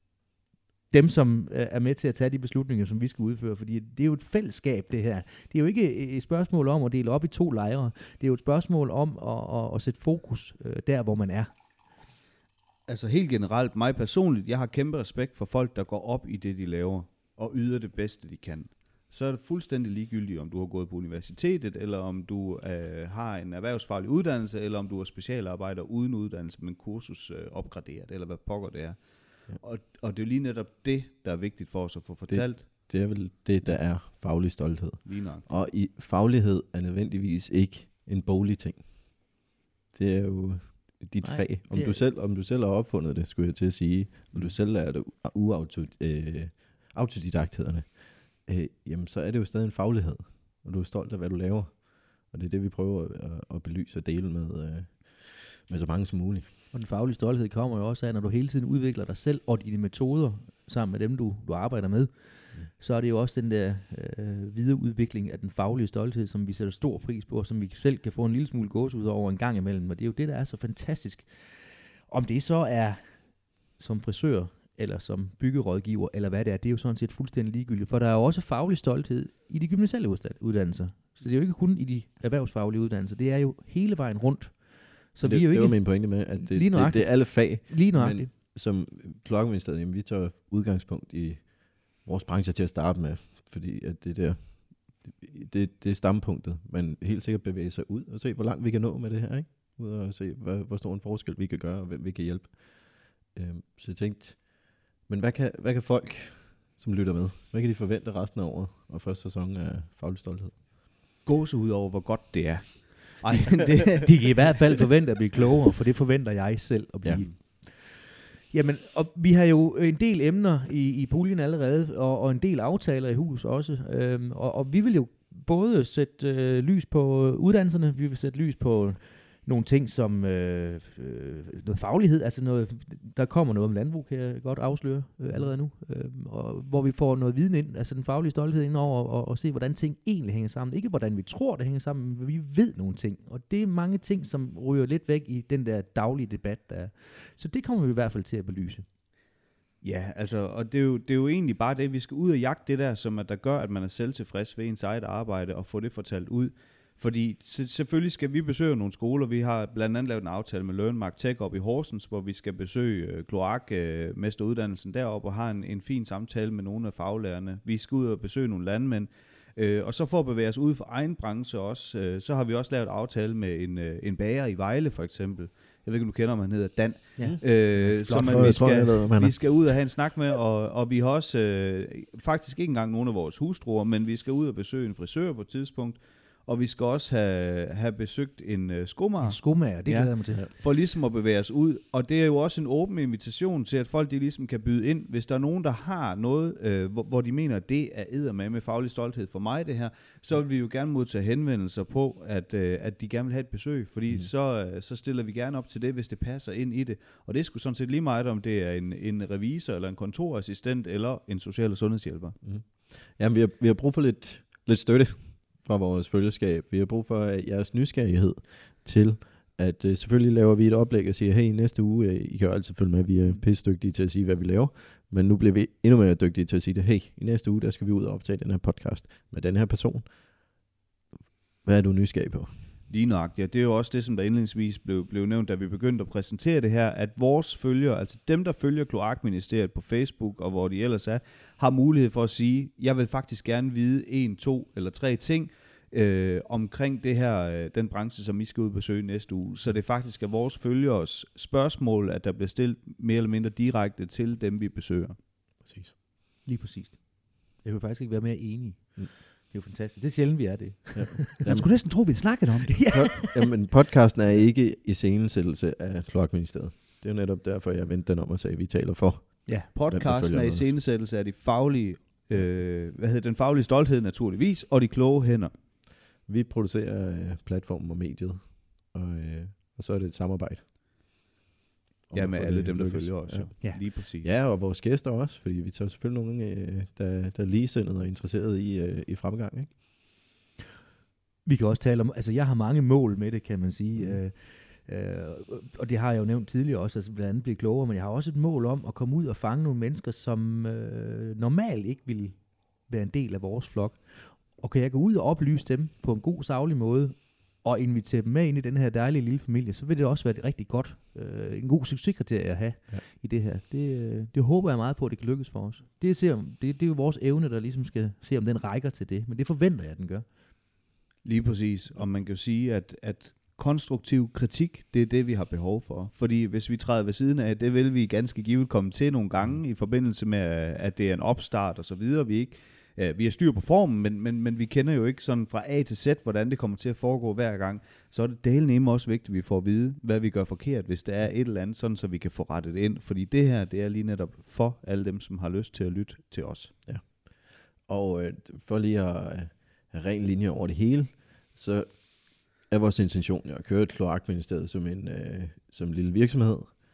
dem, som er med til at tage de beslutninger, som vi skal udføre, fordi det er jo et fællesskab, det her. Det er jo ikke et spørgsmål om at dele op i to lejre, det er jo et spørgsmål om at, at, at sætte fokus øh, der, hvor man er. Altså helt generelt, mig personligt, jeg har kæmpe respekt for folk, der går op i det, de laver, og yder det bedste, de kan. Så er det fuldstændig ligegyldigt, om du har gået på universitetet, eller om du øh, har en erhvervsfaglig uddannelse, eller om du er specialarbejder uden uddannelse, men kursus øh, opgraderet, eller hvad pokker det er. Ja. Og, og det er jo lige netop det, der er vigtigt for os at få fortalt. Det, det er vel det, der er faglig stolthed. Lige nok. Og i faglighed er nødvendigvis ikke en boglig ting. Det er jo dit Nej, fag. Om du, selv, om du selv har opfundet det, skulle jeg til at sige, om du selv lærer det uautodidakt, hedder det, øh, jamen så er det jo stadig en faglighed, og du er stolt af, hvad du laver. Og det er det, vi prøver at, at belyse og dele med, øh, med så mange som muligt. Og den faglige stolthed kommer jo også af, når du hele tiden udvikler dig selv og dine metoder sammen med dem, du, du arbejder med. Mm. Så er det jo også den der øh, videreudvikling af den faglige stolthed, som vi sætter stor pris på, og som vi selv kan få en lille smule gåsehud over en gang imellem. Og det er jo det, der er så fantastisk. Om det så er som frisør, eller som byggerådgiver, eller hvad det er, det er jo sådan set fuldstændig ligegyldigt. For der er jo også faglig stolthed i de gymnasielle uddannelser. Så det er jo ikke kun i de erhvervsfaglige uddannelser, det er jo hele vejen rundt. Så det, vi er jo det ikke, var min pointe med, at det, det, det er alle fag, lige nøjagtigt. Men som Kloakministeriet, jamen vi tager udgangspunkt i vores branche til at starte med, fordi at det der, det, det er stampunktet, men helt sikkert bevæge sig ud og se, hvor langt vi kan nå med det her, ikke? Ud og se, hvad, hvor stor en forskel vi kan gøre, og hvem vi kan hjælpe. Øhm, så jeg tænkte, men hvad kan, hvad kan folk, som lytter med, hvad kan de forvente resten af året og første sæson af Faglig Stolthed? Gåsehud over, hvor godt det er. Ej, det, de kan i hvert fald forvente at blive klogere, for det forventer jeg selv at blive. Ja. Jamen, og vi har jo en del emner i, i puljen allerede, og, og en del aftaler i hus også. Øhm, og, og vi vil jo både sætte øh, lys på uddannelserne, vi vil sætte lys på nogle ting som øh, øh, noget faglighed, altså noget, der kommer noget om landbrug, kan jeg godt afsløre øh, allerede nu, øh, og hvor vi får noget viden ind, altså den faglige stolthed ind over, og, og se, hvordan ting egentlig hænger sammen. Ikke hvordan vi tror, det hænger sammen, men vi ved nogle ting, og det er mange ting, som ryger lidt væk i den der daglige debat, der er. Så det kommer vi i hvert fald til at belyse. Ja, altså, og det er, jo, det er jo egentlig bare det, vi skal ud og jagte det der, som at der gør, at man er selvtilfreds ved ens eget arbejde, og få det fortalt ud. Fordi selvfølgelig skal vi besøge nogle skoler. Vi har blandt andet lavet en aftale med Learnmark Tech op i Horsens, hvor vi skal besøge øh, kloakmesteruddannelsen deroppe og har en, en fin samtale med nogle af faglærerne. Vi skal ud og besøge nogle landmænd. Øh, og så for at bevæge os ud for egen branche også, øh, så har vi også lavet aftale med en, øh, en bager i Vejle for eksempel. Jeg ved ikke, om du kender, om han hedder Dan. Ja. Øh, som man, vi, skal, ved, vi skal ud og have en snak med, og, og vi har også øh, faktisk ikke engang nogle af vores hustruer, men vi skal ud og besøge en frisør på et tidspunkt. Og vi skal også have, have besøgt en uh, skomager. En skomager, det ja, glæder jeg mig til. For ligesom at bevæge os ud. Og det er jo også en åben invitation til, at folk de ligesom kan byde ind. Hvis der er nogen, der har noget, øh, hvor, hvor de mener, at det er eddermame med faglig stolthed for mig, det her, så vil vi jo gerne modtage henvendelser på, at, øh, at de gerne vil have et besøg. Fordi mm. så, øh, så stiller vi gerne op til det, hvis det passer ind i det. Og det er sgu sådan set lige meget, om det er en, en revisor, eller en kontorassistent, eller en social- og sundhedshjælper. Mm. Jamen, vi har, vi har brug for lidt, lidt støtte fra vores følgeskab. Vi har brug for jeres nysgerrighed til, at uh, selvfølgelig laver vi et oplæg og siger, hey, næste uge, uh, I kan jo altid følge med, vi er pisse dygtige til at sige, hvad vi laver, men nu bliver vi endnu mere dygtige til at sige det, hey, i næste uge, der skal vi ud og optage den her podcast med den her person. Hvad er du nysgerrig på? Lige nøjagtigt, ja. Det er jo også det, som der indledningsvis blev, blev nævnt, da vi begyndte at præsentere det her, at vores følgere, altså dem, der følger Kloakministeriet på Facebook, og hvor de ellers er, har mulighed for at sige, jeg vil faktisk gerne vide en, to eller tre ting øh, omkring det her, øh, den branche, som I skal ud og besøge næste uge. Så det faktisk er vores følgers spørgsmål, at der bliver stillet mere eller mindre direkte til dem, vi besøger. Præcis. Lige præcis. Jeg vil faktisk ikke være mere enig. Mm. Det er jo fantastisk. Det er sjældent, vi er det. Ja. Man skulle næsten tro, vi snakkede om det. Ja. Jamen, podcasten er ikke iscenesættelse af Kloakministeriet. Det er jo netop derfor, jeg vendte den om og sagde, at vi taler for. Ja, podcasten er iscenesættelse af de faglige, øh, hvad hedder den faglige stolthed naturligvis, og de kloge hænder. Vi producerer øh, platformen og mediet, og, øh, og så er det et samarbejde. Ja, med alle dem, der lykkes. Følger os. Ja. Ja. Lige præcis. Ja, og vores gæster også, fordi vi tager selvfølgelig nogen, øh, der, der er ligesindede og interesseret i, øh, i fremgang. Ikke? Vi kan også tale om, altså jeg har mange mål med det, kan man sige, mm. øh, øh, og det har jeg jo nævnt tidligere også, altså blandt andet blive klogere, men jeg har også et mål om at komme ud og fange nogle mennesker, som øh, normalt ikke vil være en del af vores flok, og kan jeg gå ud og oplyse dem på en god, saglig måde, og invitere dem med ind i den her dejlige lille familie, så vil det også være et rigtig godt, øh, en god succeskriterie at have ja. i det her. Det, det håber jeg meget på, at det kan lykkes for os. Det, ser, det, det er jo vores evne, der ligesom skal se, om den rækker til det, men det forventer jeg, at den gør. Lige præcis, og man kan jo sige, at, at konstruktiv kritik, det er det, vi har behov for. Fordi hvis vi træder ved siden af, det vil vi ganske givet komme til nogle gange, i forbindelse med, at det er en opstart og så videre. Vi ikke Ja, vi har styr på formen, men, men, men vi kender jo ikke sådan fra A til Z, hvordan det kommer til at foregå hver gang. Så er det delnemme også vigtigt, at vi får at vide, hvad vi gør forkert, hvis der er et eller andet, sådan så vi kan få rettet ind. Fordi det her, det er lige netop for alle dem, som har lyst til at lytte til os. Ja. Og øh, for lige at have ren linje over det hele, så er vores intention ja, at køre et Kloakministeriet som en, øh, som en lille virksomhed,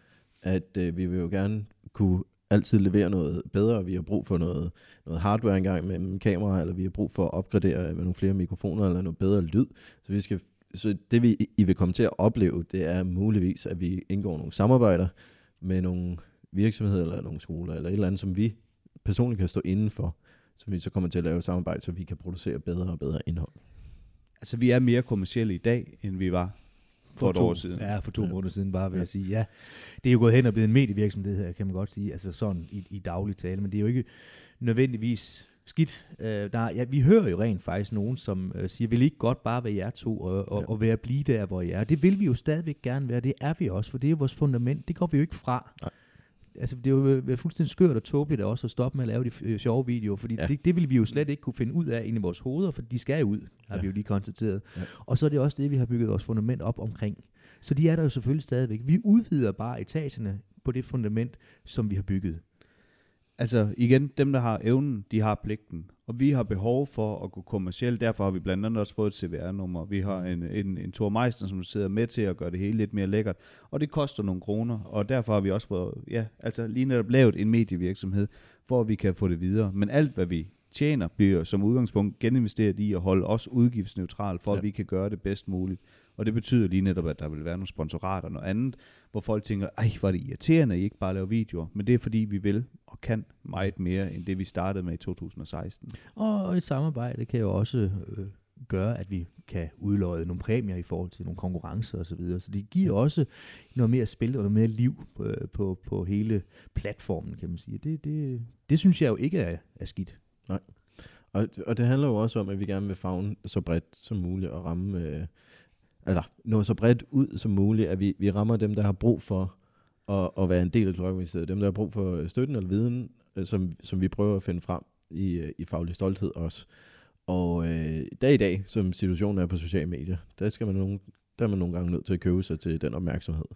at øh, vi vil jo gerne kunne altid levere noget bedre. Vi har brug for noget, noget hardware engang med kamera, eller vi har brug for at opgradere med nogle flere mikrofoner, eller noget bedre lyd. Så, vi skal, så det vi I vil komme til at opleve, det er muligvis, at vi indgår nogle samarbejder med nogle virksomheder, eller nogle skoler, eller et eller andet, som vi personligt kan stå indenfor, så vi så kommer til at lave et samarbejde, så vi kan producere bedre og bedre indhold. Altså vi er mere kommercielle i dag, end vi var for, for et to, år siden. Ja, for to ja. måneder siden bare vil ja. jeg sige. Ja, det er jo gået hen og blevet en medievirksomhed her, kan man godt sige, altså sådan i, i daglig tale, men det er jo ikke nødvendigvis skidt. Uh, der, ja, vi hører jo rent faktisk nogen, som uh, siger, vil I ikke godt bare være jer to, og, og, ja. og være blive der, hvor I er. Det vil vi jo stadigvæk gerne være, det er vi også, for det er vores fundament, det går vi jo ikke fra. Nej. Altså, det er jo øh, fuldstændig skørt og tåbeligt også at stoppe med at lave de øh, sjove videoer, fordi ja. det, det vil vi jo slet ikke kunne finde ud af inde i vores hoveder, for de skal jo ud, har ja. vi jo lige konstateret. Ja. Og så er det også det, vi har bygget vores fundament op omkring. Så de er der jo selvfølgelig stadigvæk. Vi udvider bare etagerne på det fundament, som vi har bygget. altså igen, dem der har evnen, de har pligten. Og vi har behov for at gå kommercielt, derfor har vi blandt andet også fået et C V R-nummer. Vi har en, en, en Thor Meister, som sidder med til at gøre det hele lidt mere lækkert, og det koster nogle kroner, og derfor har vi også fået, ja, altså lige netop lavet en medievirksomhed, for at vi kan få det videre. Men alt, hvad vi tjener, bliver som udgangspunkt geninvesteret i at holde os udgiftsneutral, for ja. At vi kan gøre det bedst muligt. Og det betyder lige netop, at der vil være nogle sponsorater og noget andet, hvor folk tænker, ej, hvor er det irriterende, at I ikke bare laver videoer. Men det er fordi, vi vil og kan meget mere, end det vi startede med i to tusind og seksten. Og et samarbejde kan jo også øh, gøre, at vi kan udløje nogle præmier i forhold til nogle konkurrencer osv. Så, videre. Så det giver også noget mere spil og noget mere liv på, på, på hele platformen, kan man sige. Det, det, det synes jeg jo ikke er, er skidt. Nej. Og, og det handler jo også om, at vi gerne vil favne så bredt som muligt og ramme, øh, eller nå så bredt ud som muligt, at vi, vi rammer dem, der har brug for at, at være en del af Kloakministeriet. Dem, der har brug for støtten eller viden, øh, som, som vi prøver at finde frem i, i faglig stolthed også. Og øh, dag i dag, som situationen er på sociale medier, der, skal man nogle, der er man nogle gange nødt til at købe sig til den opmærksomhed.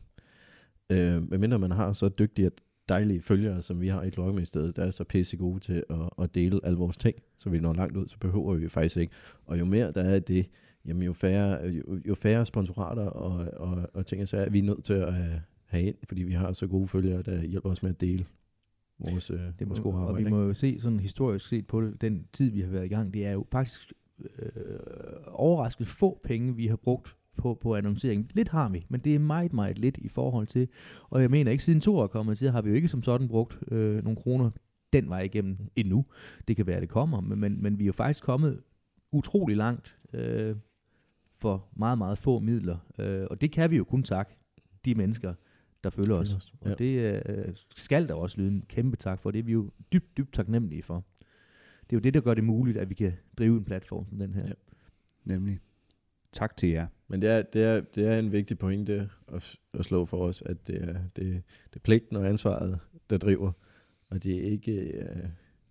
Øh, medmindre man har så dygtige dejlige følgere, som vi har i Kloakministeriet, der er så pisse gode til at, at dele alle vores ting, så vi når langt ud, så behøver vi faktisk ikke. Og jo mere der er det, jamen jo færre, jo, jo færre sponsorater og, og, og ting, så er vi nødt til at have ind, fordi vi har så gode følgere, der hjælper os med at dele vores, det vores må, gode arbejde. Og vi må jo se sådan historisk set på det, den tid, vi har været i gang, det er jo faktisk øh, overraskende få penge, vi har brugt på, på annoncering. Lidt har vi, men det er meget, meget lidt i forhold til, og jeg mener ikke siden to år kommet til, har vi jo ikke som sådan brugt øh, nogle kroner den vej igennem endnu. Det kan være, at det kommer, men, men, men vi er jo faktisk kommet utrolig langt øh, for meget, meget få midler, øh, og det kan vi jo kun takke de mennesker, der følger os. Og ja. Det øh, skal der også lyde en kæmpe tak for. Det er vi jo dybt, dybt taknemmelige for. Det er jo det, der gør det muligt, at vi kan drive en platform som den her. Ja. Nemlig. Tak til jer. Men det er, det er, det er en vigtig pointe at, at slå for os, at det er, det, det er pligten og ansvaret, der driver, og det er ikke, øh,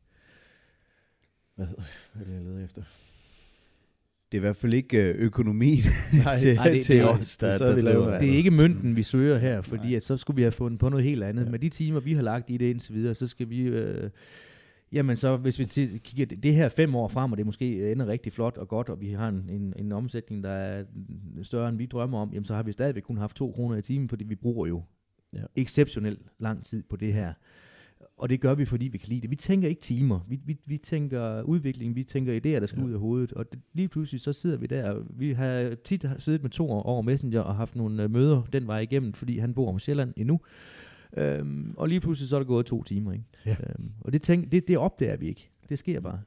hvad hedder hvad er det, jeg leder efter? Det er i hvert fald ikke økonomien nej, til, nej, det, til det, os, der, det, der, der driver. Det er ikke mønten, vi søger her, fordi at så skulle vi have fundet på noget helt andet. Ja. Med de timer, vi har lagt i det indtil videre, så skal vi... Øh, Jamen så, hvis vi t- kigger det her fem år frem, og det måske ender rigtig flot og godt, og vi har en, en, en omsætning, der er større, end vi drømmer om, jamen så har vi stadigvæk kun haft to kroner i timen, fordi vi bruger jo ja. exceptionelt lang tid på det her. Og det gør vi, fordi vi kan lide det. Vi tænker ikke timer, vi, vi, vi tænker udvikling, vi tænker idéer, der skal ja. ud af hovedet, og det, lige pludselig så sidder vi der. Vi har tit siddet med to over Messenger og haft nogle uh, møder den vej igennem, fordi han bor om Sjælland endnu. Øhm, og lige pludselig så er der gået to timer, ikke? Ja. Øhm, og det, tænk, det, det opdager vi ikke. Det sker bare.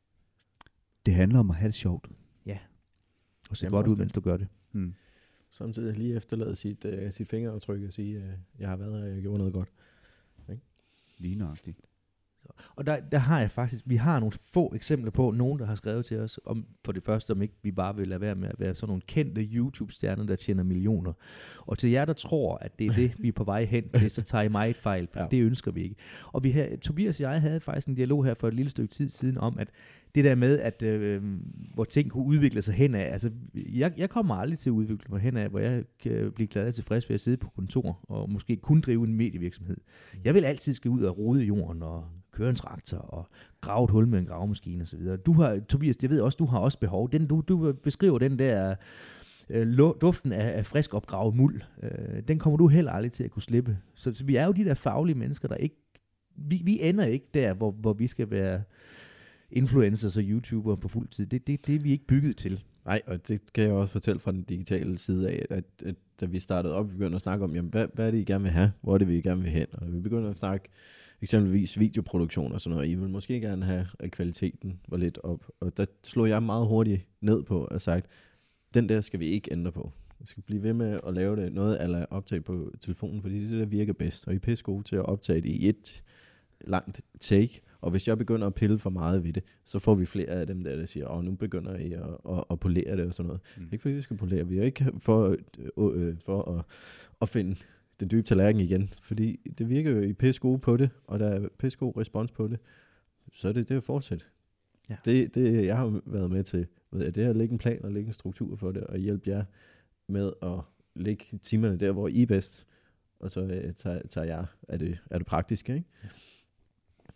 Det handler om at have det sjovt. Ja. Og se godt ud, mens du gør det. Hmm. Samtidig lige efterlade sit, uh, sit fingeraftryk og sige, uh, jeg har været her, jeg gjorde noget godt. Okay? Lige nøjagtigt. Og der, der har jeg faktisk, vi har nogle få eksempler på, nogen der har skrevet til os, om for det første, om ikke vi bare vil lade være med at være sådan nogle kendte YouTube-stjerner, der tjener millioner. Og til jer, der tror, at det er det, vi er på vej hen til, så tager I meget fejl, for ja. det ønsker vi ikke. Og vi havde, Tobias og jeg havde faktisk en dialog her for et lille stykke tid siden om, at det der med, at øh, hvor ting kunne udvikle sig henad, altså jeg, jeg kommer aldrig til at udvikle mig henad, hvor jeg kan blive glad og tilfreds ved at sidde på kontor, og måske kun drive en medievirksomhed. Jeg vil altid skal ud og rode i jorden, og køre en traktor, og grave et hul med en gravemaskine osv. Du har, Tobias, jeg ved også, du har også behov. Den, du, du beskriver den der øh, duften af, af frisk opgravet muld. Øh, den kommer du heller aldrig til at kunne slippe. Så, så vi er jo de der faglige mennesker, der ikke, vi, vi ender ikke der, hvor, hvor vi skal være influencers og YouTubere på fuld tid. Det, det, det er vi ikke bygget til. Nej, og det kan jeg også fortælle fra den digitale side af, at, at da vi startede op, vi begyndte at snakke om, jamen, hvad, hvad er det, I gerne vil have? Hvor er det, vi gerne vil hen? Og vi begyndte at snakke eksempelvis videoproduktion og sådan noget. I vil måske gerne have, at kvaliteten var lidt op. Og der slog jeg meget hurtigt ned på og sagt, den der skal vi ikke ændre på. Vi skal blive ved med at lave det noget eller optage på telefonen, fordi det er det, der virker bedst. Og I er pisse gode til at optage det i et langt take. Og hvis jeg begynder at pille for meget ved det, så får vi flere af dem der, der siger, åh, nu begynder I at, at, at polere det og sådan noget. Mm. Ikke fordi vi skal polere, vi er ikke for, øh, øh, for at, at finde den dybe tallerken igen, fordi det virker jo i pisse gode på det, og der er pisse god respons på det, så er det det at fortsætte. Ja. Det, det, jeg har været med til, ved jeg, det er at lægge en plan og lægge en struktur for det, og hjælpe jer med at lægge timerne der, hvor I er bedst, og så øh, tager, tager jeg, er det, er det praktisk, ikke? Ja.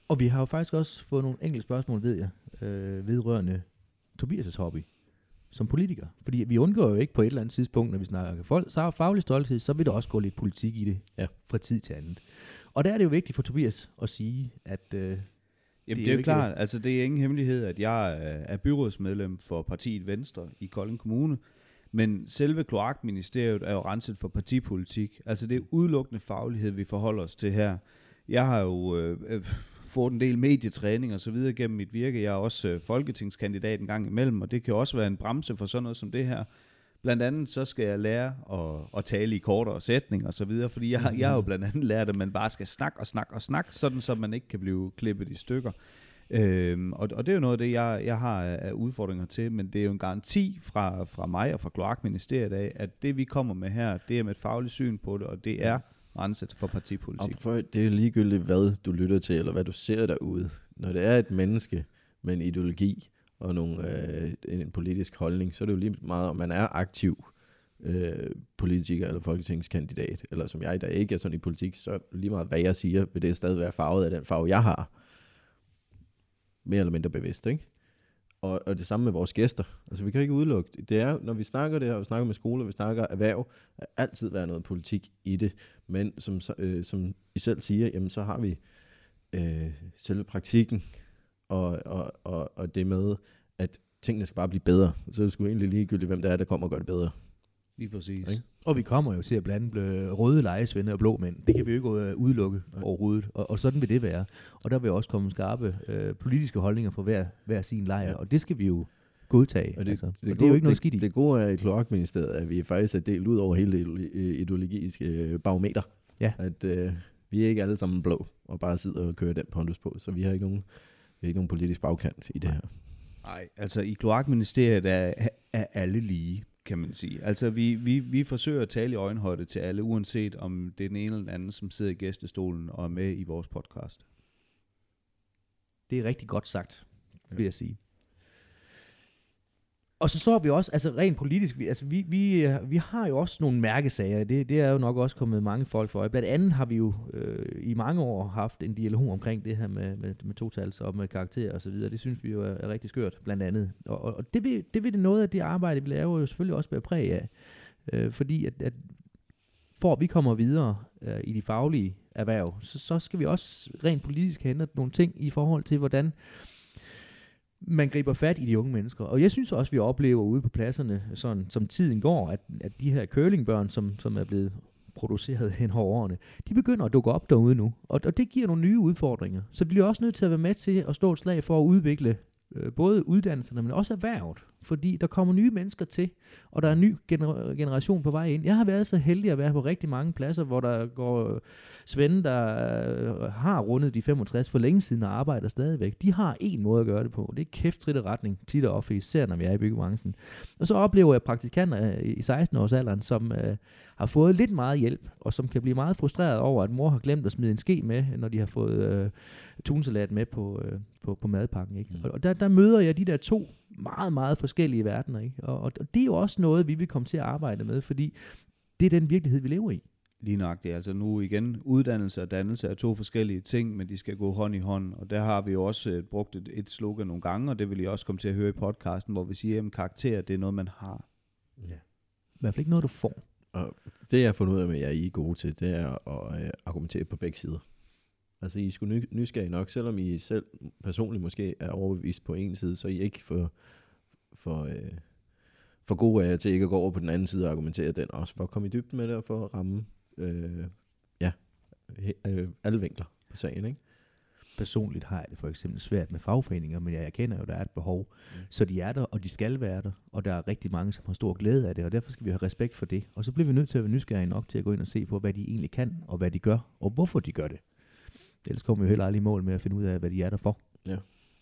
Og vi har jo faktisk også fået nogle enkelte spørgsmål, ved jeg, øh, vedrørende Tobias' hobby som politiker. Fordi vi undgår jo ikke på et eller andet tidspunkt, når vi snakker folk, så faglig stolthed, så vil der også gå lidt politik i det ja. fra tid til anden. Og der er det jo vigtigt for Tobias at sige, at... Øh, Jamen det, det er jo klart, det. Altså det er ingen hemmelighed, at jeg er byrådsmedlem for partiet Venstre i Kolding Kommune, men selve kloakministeriet er jo renset for partipolitik. Altså det er udelukkende faglighed, vi forholder os til her. Jeg har jo øh, fået en del medietræning og så videre gennem mit virke. Jeg er også øh, folketingskandidat en gang imellem, og det kan også være en bremse for sådan noget som det her. Blandt andet så skal jeg lære at, at tale i kortere sætninger og så videre, fordi jeg, jeg har jo blandt andet lært, at man bare skal snakke og snakke og snakke, sådan så man ikke kan blive klippet i stykker. Øhm, og, og det er jo noget af det, jeg, jeg har af udfordringer til, men det er jo en garanti fra, fra mig og fra Kloakministeriet af, at det vi kommer med her, det er med et fagligt syn på det, og det er renset for partipolitik. For det er ligegyldigt, hvad du lytter til, eller hvad du ser derude. Når det er et menneske med en ideologi og nogle, øh, en politisk holdning, så er det jo lige meget, om man er aktiv øh, politiker eller folketingskandidat, eller som jeg, der ikke er sådan i politik, så lige meget, hvad jeg siger, vil det stadig være farvet af den farve, jeg har. Mere eller mindre bevidst, ikke? Og, og det samme med vores gæster. Altså vi kan ikke udelukke det. Det er, når vi snakker det her, vi snakker med skoler, vi snakker erhverv, der altid være noget politik i det. Men som, øh, som I selv siger, jamen så har vi øh, selve praktikken, og, og, og, og det med, at tingene skal bare blive bedre. Så er det sgu egentlig ligegyldigt, hvem der er, der kommer og gør det bedre. Lige præcis. Okay. Og vi kommer jo til at blande røde lejesvende og blå mænd. Det kan vi jo ikke udelukke Nej. overhovedet. Og, og sådan vil det være. Og der vil også komme skarpe øh, politiske holdninger fra hver, hver sin lejr. Ja. Og det skal vi jo godtage. Og det, altså. det, det, og det er jo ikke noget skidt i. Det gode er i Kloakministeriet, at vi faktisk er delt ud over hele det ideologiske barometer. Ja. At øh, vi er ikke alle sammen blå, og bare sidder og kører den pondus på. Så vi har ikke nogen, vi har ikke nogen politisk bagkant i det her. Nej, altså i Kloakministeriet er, er alle lige, kan man sige. Altså vi, vi, vi forsøger at tale i øjenhøjde til alle, uanset om det er den ene eller den anden, som sidder i gæstestolen og er med i vores podcast. Det er rigtig godt sagt, vil jeg sige. Og så står vi også, altså rent politisk, vi, altså vi, vi, vi har jo også nogle mærkesager, det, det er jo nok også kommet mange folk for. Blandt andet har vi jo øh, i mange år haft en dialog omkring det her med, med, med totals og med karakterer og så videre. Det synes vi jo er, er rigtig skørt, blandt andet. Og, og, og det, vil, det vil det noget af det arbejde, vi laver, jo selvfølgelig også være præg af. Øh, fordi at, at for at vi kommer videre øh, i de faglige erhverv, så, så skal vi også rent politisk have ændret nogle ting i forhold til, hvordan man griber fat i de unge mennesker. Og jeg synes også, vi oplever ude på pladserne, sådan, som tiden går, at, at de her curlingbørn, som, som er blevet produceret hen over årene, de begynder at dukke op derude nu. Og, og det giver nogle nye udfordringer. Så vi bliver også nødt til at være med til at stå et slag for at udvikle øh, både uddannelserne, men også erhvervet. Fordi der kommer nye mennesker til, og der er en ny gener- generation på vej ind. Jeg har været så heldig at være på rigtig mange pladser, hvor der går svende, der har rundet de femogtres for længe siden og arbejder stadigvæk. De har en måde at gøre det på. Det er kæfttritte retning, tit og ofte, især når vi er i byggebranchen. Og så oplever jeg praktikanter i seksten års alderen, som øh, har fået lidt meget hjælp, og som kan blive meget frustreret over, at mor har glemt at smide en ske med, når de har fået øh, tunsalat med på, øh, på, på madpakken. Ikke? Mm. Og der, der møder jeg de der to meget, meget forskellige verdener. Ikke? Og, og, og det er jo også noget, vi vil komme til at arbejde med, fordi det er den virkelighed, vi lever i. Lige nøjagtigt. Altså nu igen, uddannelse og dannelse er to forskellige ting, men de skal gå hånd i hånd. Og der har vi jo også øh, brugt et, et slogan nogle gange, og det vil I også komme til at høre i podcasten, hvor vi siger, at karakter, det er noget, man har. Ja. I hvert fald ikke noget, du får. Og det, jeg har fundet ud af, at jeg er I gode til, det er at øh, argumentere på begge sider. Altså, I er sgu ny- nysgerrige nok, selvom I selv personligt måske er overbevist på en side, så I ikke for, for, øh, for gode af til ikke at gå over på den anden side og argumentere den også, for at komme i dybden med det og for at ramme øh, ja, he- øh, alle vinkler på sagen, ikke? Personligt har jeg det for eksempel svært med fagforeninger, men jeg erkender jo, at der er et behov. Mm. Så de er der, og de skal være der, og der er rigtig mange, som har stor glæde af det, og derfor skal vi have respekt for det. Og så bliver vi nødt til at være nysgerrige nok til at gå ind og se på, hvad de egentlig kan, og hvad de gør, og hvorfor de gør det. Ellers kommer vi jo heller aldrig i mål med at finde ud af, hvad de er der for. Ja.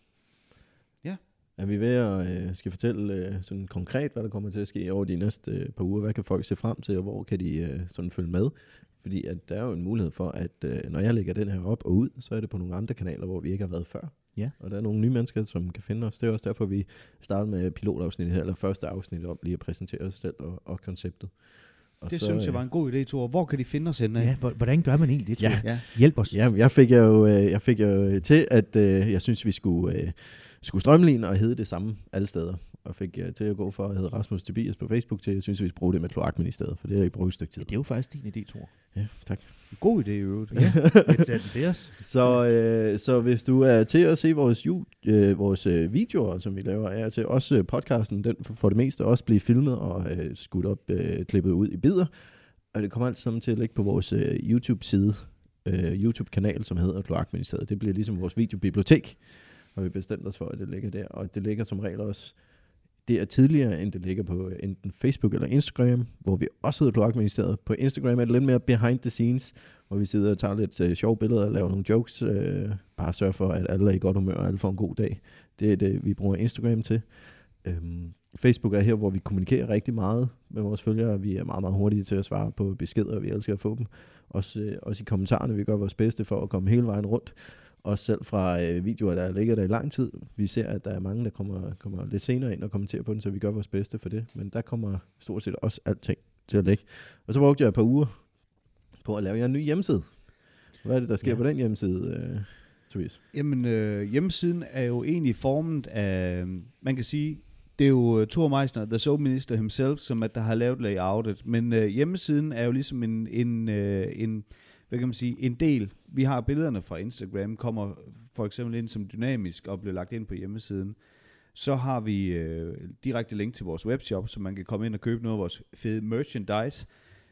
Ja. Er vi ved at øh, skal fortælle øh, sådan konkret, hvad der kommer til at ske over de næste øh, par uger? Hvad kan folk se frem til, og hvor kan de øh, sådan følge med? Fordi at der er jo en mulighed for, at øh, når jeg lægger den her op og ud, så er det på nogle andre kanaler, hvor vi ikke har været før. Ja. Og der er nogle nye mennesker, som kan finde os. Det er også derfor, vi starter med pilotafsnittet her, eller første afsnit om lige at præsentere os selv og, og konceptet. Og det så, synes jeg var en god idé, Thor. Hvor kan de finde os henne af? Ja, hvor- hvordan gør man egentlig det, Thor? Ja. Ja. Hjælp os. Ja, jeg fik jo, øh, jeg fik jo til, at øh, jeg synes, vi skulle, øh, skulle strømline og hedde det samme alle steder. Og fik øh, til at gå for at hedde Rasmus Tobias på Facebook til, jeg synes, vi skal bruge det med kloakmen i stedet, for det har jeg ikke brugt et stykke tid. Ja, det er jo faktisk din idé, Thor. Ja, tak. God idé i øvrigt. Ja, vil tage den til os. Så, øh, så hvis du er til at se vores, ju- øh, vores øh, videoer, som vi laver, er til også øh, podcasten, den for, for det meste også blive filmet og øh, skudt op, øh, klippet ud i bidder. Og det kommer alt sammen til at ligge på vores øh, YouTube-side, øh, YouTube-kanal, som hedder Kloakministeriet. Det bliver ligesom vores videobibliotek, og vi bestemt os for, at det ligger der. Og det ligger som regel også det er tidligere, end det ligger på enten Facebook eller Instagram, hvor vi også hedder Kloakministeriet. På Instagram er det lidt mere behind the scenes, hvor vi sidder og tager lidt uh, sjove billeder og laver nogle jokes. Uh, bare sørge for, at alle er i godt humør, og alle får en god dag. Det er det, vi bruger Instagram til. Um, Facebook er her, hvor vi kommunikerer rigtig meget med vores følgere. Vi er meget, meget hurtige til at svare på beskeder, og vi elsker at få dem. Også, uh, også i kommentarerne, vi gør vores bedste for at komme hele vejen rundt. Også selv fra øh, videoer, der ligger der i lang tid. Vi ser, at der er mange, der kommer, kommer lidt senere ind og kommenterer på den, så vi gør vores bedste for det. Men der kommer stort set også alting til at ligge. Og så brugte jeg et par uger på at lave jer en ny hjemmeside. Hvad er det, der sker ja. på den hjemmeside, øh, Tobias? Jamen, øh, hjemmesiden er jo egentlig formet af, man kan sige, det er jo Thor Meisner, the soap minister himself, som at der har lavet layoutet. Men øh, hjemmesiden er jo ligesom en, en, øh, en hvad kan man sige, en del. Vi har billederne fra Instagram, kommer for eksempel ind som dynamisk og bliver lagt ind på hjemmesiden. Så har vi øh, direkte link til vores webshop, så man kan komme ind og købe noget af vores fede merchandise.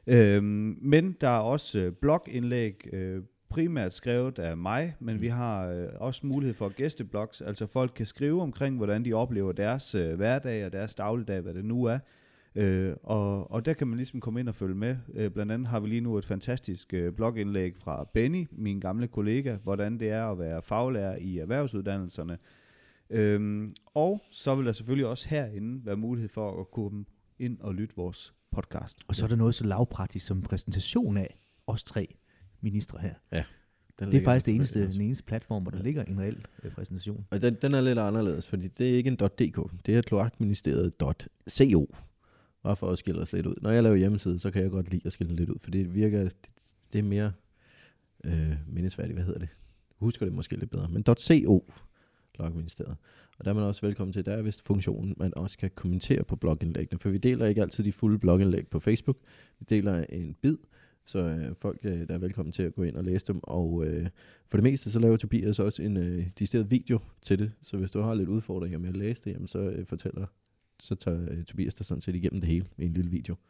Øhm, men der er også øh, blogindlæg, øh, primært skrevet af mig, men vi har øh, også mulighed for gæsteblogs, altså folk kan skrive omkring, hvordan de oplever deres øh, hverdag og deres dagligdag, hvad det nu er. Øh, og, og der kan man ligesom komme ind og følge med. Øh, blandt andet har vi lige nu et fantastisk øh, blogindlæg fra Benny, min gamle kollega, hvordan det er at være faglærer i erhvervsuddannelserne. Øhm, og så vil der selvfølgelig også herinde være mulighed for at komme ind og lytte vores podcast. Og så er der noget så lavpraktisk som en præsentation af os tre ministre her. Ja. Det er faktisk det eneste, den eneste platform, hvor der ja. ligger en reel øh, præsentation. Og den, den er lidt anderledes, fordi det er ikke en .dk, det er kloakministeriet.co. Bare for at skille os lidt ud. Når jeg laver hjemmeside, så kan jeg godt lide at skille lidt ud, for det virker, det, det er mere øh, mindesværdigt, hvad hedder det? Husker det måske lidt bedre, men .co, Kloakministeriet. Og der er man også velkommen til, der er vist funktionen, man også kan kommentere på blogindlæggene, for vi deler ikke altid de fulde blogindlæg på Facebook. Vi deler en bid, så øh, folk øh, der er velkommen til at gå ind og læse dem, og øh, for det meste, så laver Tobias også en øh, decideret video til det, så hvis du har lidt udfordringer med at læse det, jamen, så øh, fortæller så tager øh, Tobias der sådan set igennem det hele i en lille video.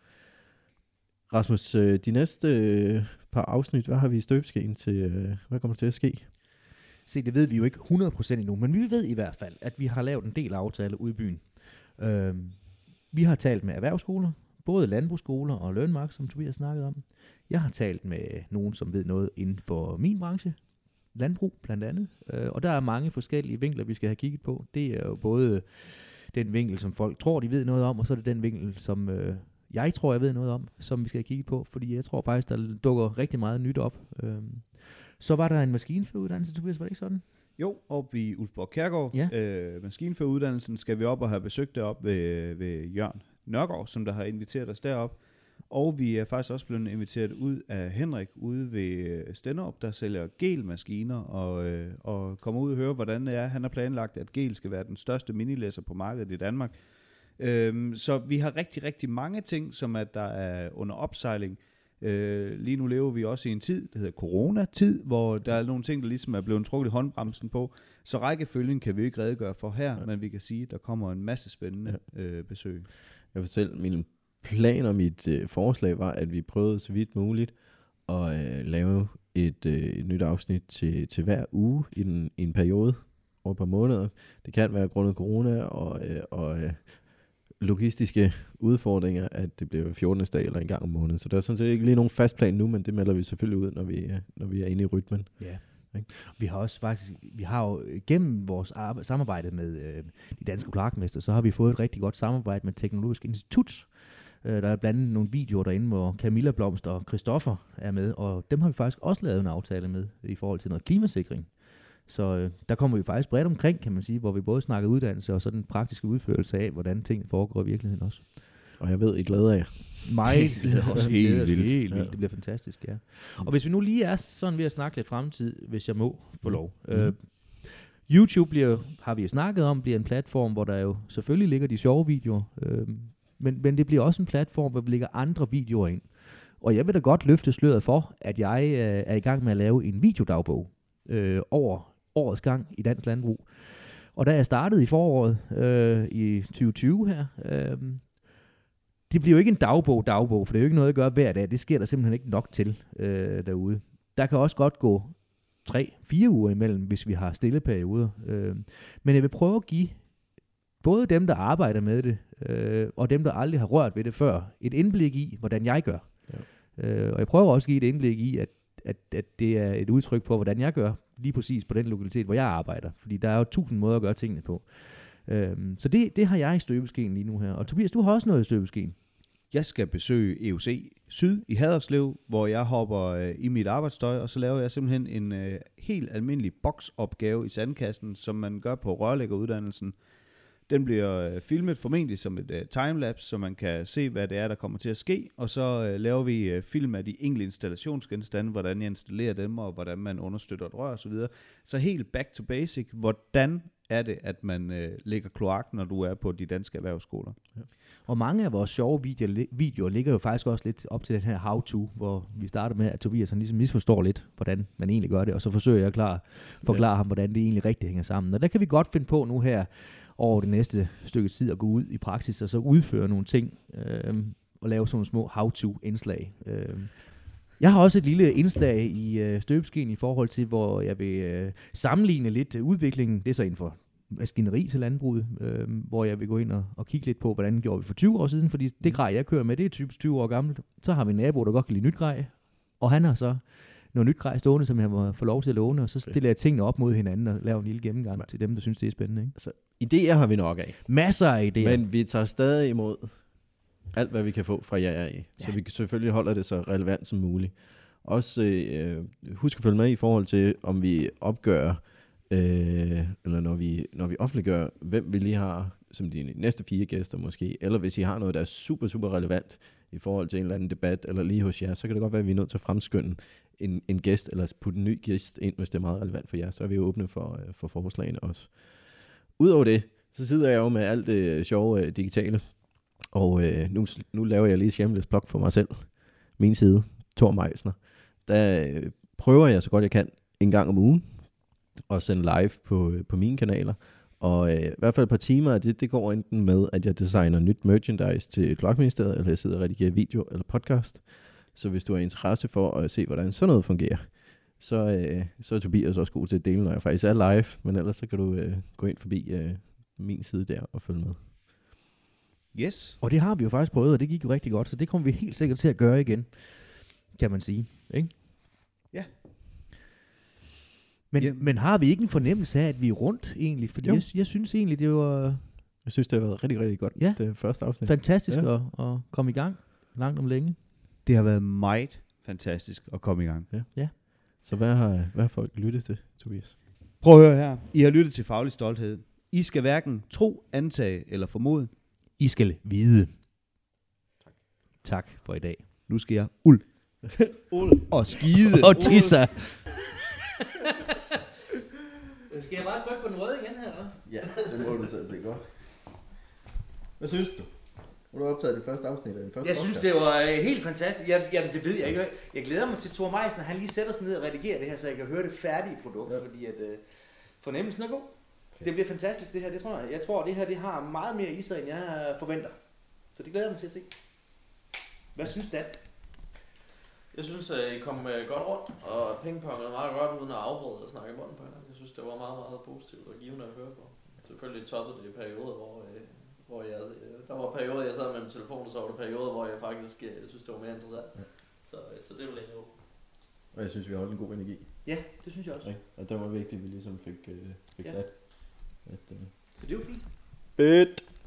Rasmus, øh, de næste øh, par afsnit, hvad har vi i støbeskeen til, øh, hvad kommer til at ske? Se, det ved vi jo ikke hundrede procent endnu, men vi ved i hvert fald, at vi har lavet en del aftaler ude i byen. Øhm, vi har talt med erhvervsskoler, både landbrugsskoler og Lønmark, som Tobias snakkede om. Jeg har talt med nogen, som ved noget inden for min branche, landbrug blandt andet. Øh, og der er mange forskellige vinkler, vi skal have kigget på. Det er jo både den vinkel, som folk tror, de ved noget om, og så er det den vinkel, som øh, jeg tror, jeg ved noget om, som vi skal kigge på, fordi jeg tror faktisk, der dukker rigtig meget nyt op. Øhm, så var der en maskinføruddannelse, Tobias, var det ikke sådan? Jo, oppe i Ulfborg Kærgaard. Ja. Øh, maskinføruddannelsen skal vi op og have besøgt derop ved, ved Jørgen Nørgaard, som der har inviteret os derop. Og vi er faktisk også blevet inviteret ud af Henrik ude ved Stenderup, der sælger gelmaskiner, og, øh, og kommer ud og høre, hvordan det er. Han har planlagt, at gel skal være den største minilæsser på markedet i Danmark. Øhm, så vi har rigtig, rigtig mange ting, som at der er under opsejling. Øh, lige nu lever vi også i en tid, der hedder coronatid, hvor der er nogle ting, der ligesom er blevet trukket i håndbremsen på. Så rækkefølgen kan vi ikke redegøre for her, ja. Men vi kan sige, at der kommer en masse spændende ja. øh, besøg. Jeg vil selv, min plan og mit øh, forslag var, at vi prøvede så vidt muligt at øh, lave et, øh, et nyt afsnit til, til hver uge i, den, i en periode over et par måneder. Det kan være grundet corona og, øh, og øh, logistiske udfordringer, at det bliver fjortende dag eller en gang om måneden. Så der er sådan set ikke lige nogen fast plan nu, men det melder vi selvfølgelig ud, når vi, når vi er inde i rytmen. Ja. Vi har også faktisk, vi har jo gennem vores arbejde, samarbejde med øh, de danske kloakmester, så har vi fået et rigtig godt samarbejde med Teknologisk Institut. Øh, der er blandt andet nogle videoer derinde, hvor Camilla Blomst og Christoffer er med, og dem har vi faktisk også lavet en aftale med i forhold til noget klimasikring. Så øh, der kommer vi faktisk bredt omkring, kan man sige, hvor vi både snakker uddannelse og så den praktiske udførelse af, hvordan tingene foregår i virkeligheden også. Og jeg ved, I glæder jer. Meget. Det er også Helt helt vildt. vildt. Helt Ja. vildt. Det bliver fantastisk, ja. Og hvis vi nu lige er sådan ved at snakke lidt fremtid, hvis jeg må få lov. Mm. Øh, YouTube bliver, har vi snakket om, bliver en platform, hvor der jo selvfølgelig ligger de sjove videoer, øh, men, men det bliver også en platform, hvor der ligger andre videoer ind. Og jeg vil da godt løfte sløret for, at jeg øh, er i gang med at lave en videodagbog øh, over årets gang i dansk landbrug. Og da jeg startede i foråret øh, i tyve tyve her, øh, det bliver jo ikke en dagbog, dagbog, for det er jo ikke noget, jeg gør hver dag. Det sker der simpelthen ikke nok til øh, derude. Der kan også godt gå tre, fire uger imellem, hvis vi har stille perioder. Øh, men jeg vil prøve at give både dem, der arbejder med det, øh, og dem, der aldrig har rørt ved det før, et indblik i, hvordan jeg gør. Ja. Øh, og jeg prøver også at give et indblik i, at, at, at det er et udtryk på, hvordan jeg gør, lige præcis på den lokalitet, hvor jeg arbejder. Fordi der er jo tusind måder at gøre tingene på. Øh, så det, det har jeg i støbeskeen lige nu her. Og Tobias, du har også noget i støbeskeen. Jeg skal besøge E O C Syd i Haderslev, hvor jeg hopper øh, i mit arbejdstøj, og så laver jeg simpelthen en øh, helt almindelig boksopgave i sandkassen, som man gør på rørlæggeruddannelsen. Den bliver øh, filmet formentlig som et øh, timelapse, så man kan se, hvad det er, der kommer til at ske. Og så øh, laver vi øh, film af de enkelte installationsgenstande, hvordan jeg installerer dem, og hvordan man understøtter et rør osv. Så helt back to basic, hvordan er det, at man øh, lægger kloak, når du er på de danske erhvervsskoler. Ja. Og mange af vores sjove videoer, videoer ligger jo faktisk også lidt op til den her how-to, hvor vi starter med, at Tobias han ligesom misforstår lidt, hvordan man egentlig gør det, og så forsøger jeg at klar, forklare ja. ham, hvordan det egentlig rigtig hænger sammen. Og der kan vi godt finde på nu her over det næste stykke tid at gå ud i praksis, og så udføre nogle ting, øh, og lave sådan nogle små how-to-indslag. Øh. Jeg har også et lille indslag i øh, støbeskeen i forhold til, hvor jeg vil øh, sammenligne lidt udviklingen, det er så inden for maskineri til landbruget, øh, hvor jeg vil gå ind og, og kigge lidt på, hvordan gjorde vi for tyve år siden, fordi det grej, jeg kører med, det er typisk tyve år gammelt. Så har vi en nabo, der godt kan lide nyt grej, og han har så noget nyt grej stående, som jeg må få lov til at låne, og så stiller jeg tingene op mod hinanden og laver en lille gennemgang til dem, der synes, det er spændende. Ikke? Altså, idéer har vi nok af. Masser af idéer. Men vi tager stadig imod alt, hvad vi kan få fra jer af. Ja. Så vi selvfølgelig holder det så relevant som muligt. Også øh, husk at følge med i forhold til, om vi opgør, øh, eller når vi, når vi offentliggør, hvem vi lige har som de næste fire gæster måske, eller hvis I har noget, der er super, super relevant i forhold til en eller anden debat, eller lige hos jer, så kan det godt være, at vi er nødt til at fremskynde en, en gæst, eller putte en ny gæst ind, hvis det er meget relevant for jer, så er vi jo åbne for, for forslagene også. Udover det, så sidder jeg jo med alt det sjove øh, digitale, og øh, nu, nu laver jeg lige shameless plug for mig selv, min side, Thor Meisner. Der øh, prøver jeg så godt jeg kan en gang om ugen at sende live på, på mine kanaler. Og øh, i hvert fald et par timer af det, det går enten med, at jeg designer nyt merchandise til Kloakministeriet, eller jeg sidder og redigerer video eller podcast. Så hvis du har interesse for at se, hvordan sådan noget fungerer, så, øh, så er Tobias også god til at dele, når jeg faktisk er live. Men ellers så kan du øh, gå ind forbi øh, min side der og følge med. Yes. Og det har vi jo faktisk prøvet, og det gik jo rigtig godt, så det kommer vi helt sikkert til at gøre igen, kan man sige. Ikke? Ja. Men, ja. men har vi ikke en fornemmelse af, at vi er rundt egentlig? Fordi jeg, jeg synes egentlig, det var... Jeg synes, det har været rigtig, rigtig godt, ja. det første afsnit. Fantastisk ja. at, at komme i gang langt om længe. Det har været meget fantastisk at komme i gang. Ja. ja. Så hvad har, hvad har folk lyttet til, Tobias? Prøv at høre her. I har lyttet til Faglig Stolthed. I skal hverken tro, antage eller formode. I skal vide. Tak. Tak for i dag. Nu skal jeg uld. uld. Og skide. Og tisse. Skal jeg bare trykke på den røde igen her, eller? Ja, det må du selv til godt. Hvad synes du? Har du optaget det første afsnit af den første Jeg synes, podcast? Det var uh, helt fantastisk. Jeg, jamen, det ved jeg ikke. Jeg glæder mig til Thor Meisner, han lige sætter sig ned og redigerer det her, så jeg kan høre det færdige produkt, ja. Fordi at, uh, fornemmelsen er god. Okay. Det bliver fantastisk, det her. Det tror jeg. Jeg tror, det her det har meget mere i sig, end jeg forventer. Så det glæder jeg mig til at se. Hvad synes Dan? Jeg synes, at I kom godt rundt, og pingpongede meget godt, uden at afbryde og snakke i munden på hinanden. Jeg synes, det var meget, meget positivt og givende at høre på. Selvfølgelig toppede det i perioder, hvor, hvor jeg, der var perioder, jeg sad med min telefon, og så var der perioder, hvor jeg faktisk jeg synes, det var mere interessant. Ja. Så, så det var længe jo. Og jeg synes, vi holdt en god energi. Ja, det synes jeg også. Ja, og det var vigtigt, at vi ligesom fik, øh, fik ja. sat. At, øh... Så det var fint. Fedt.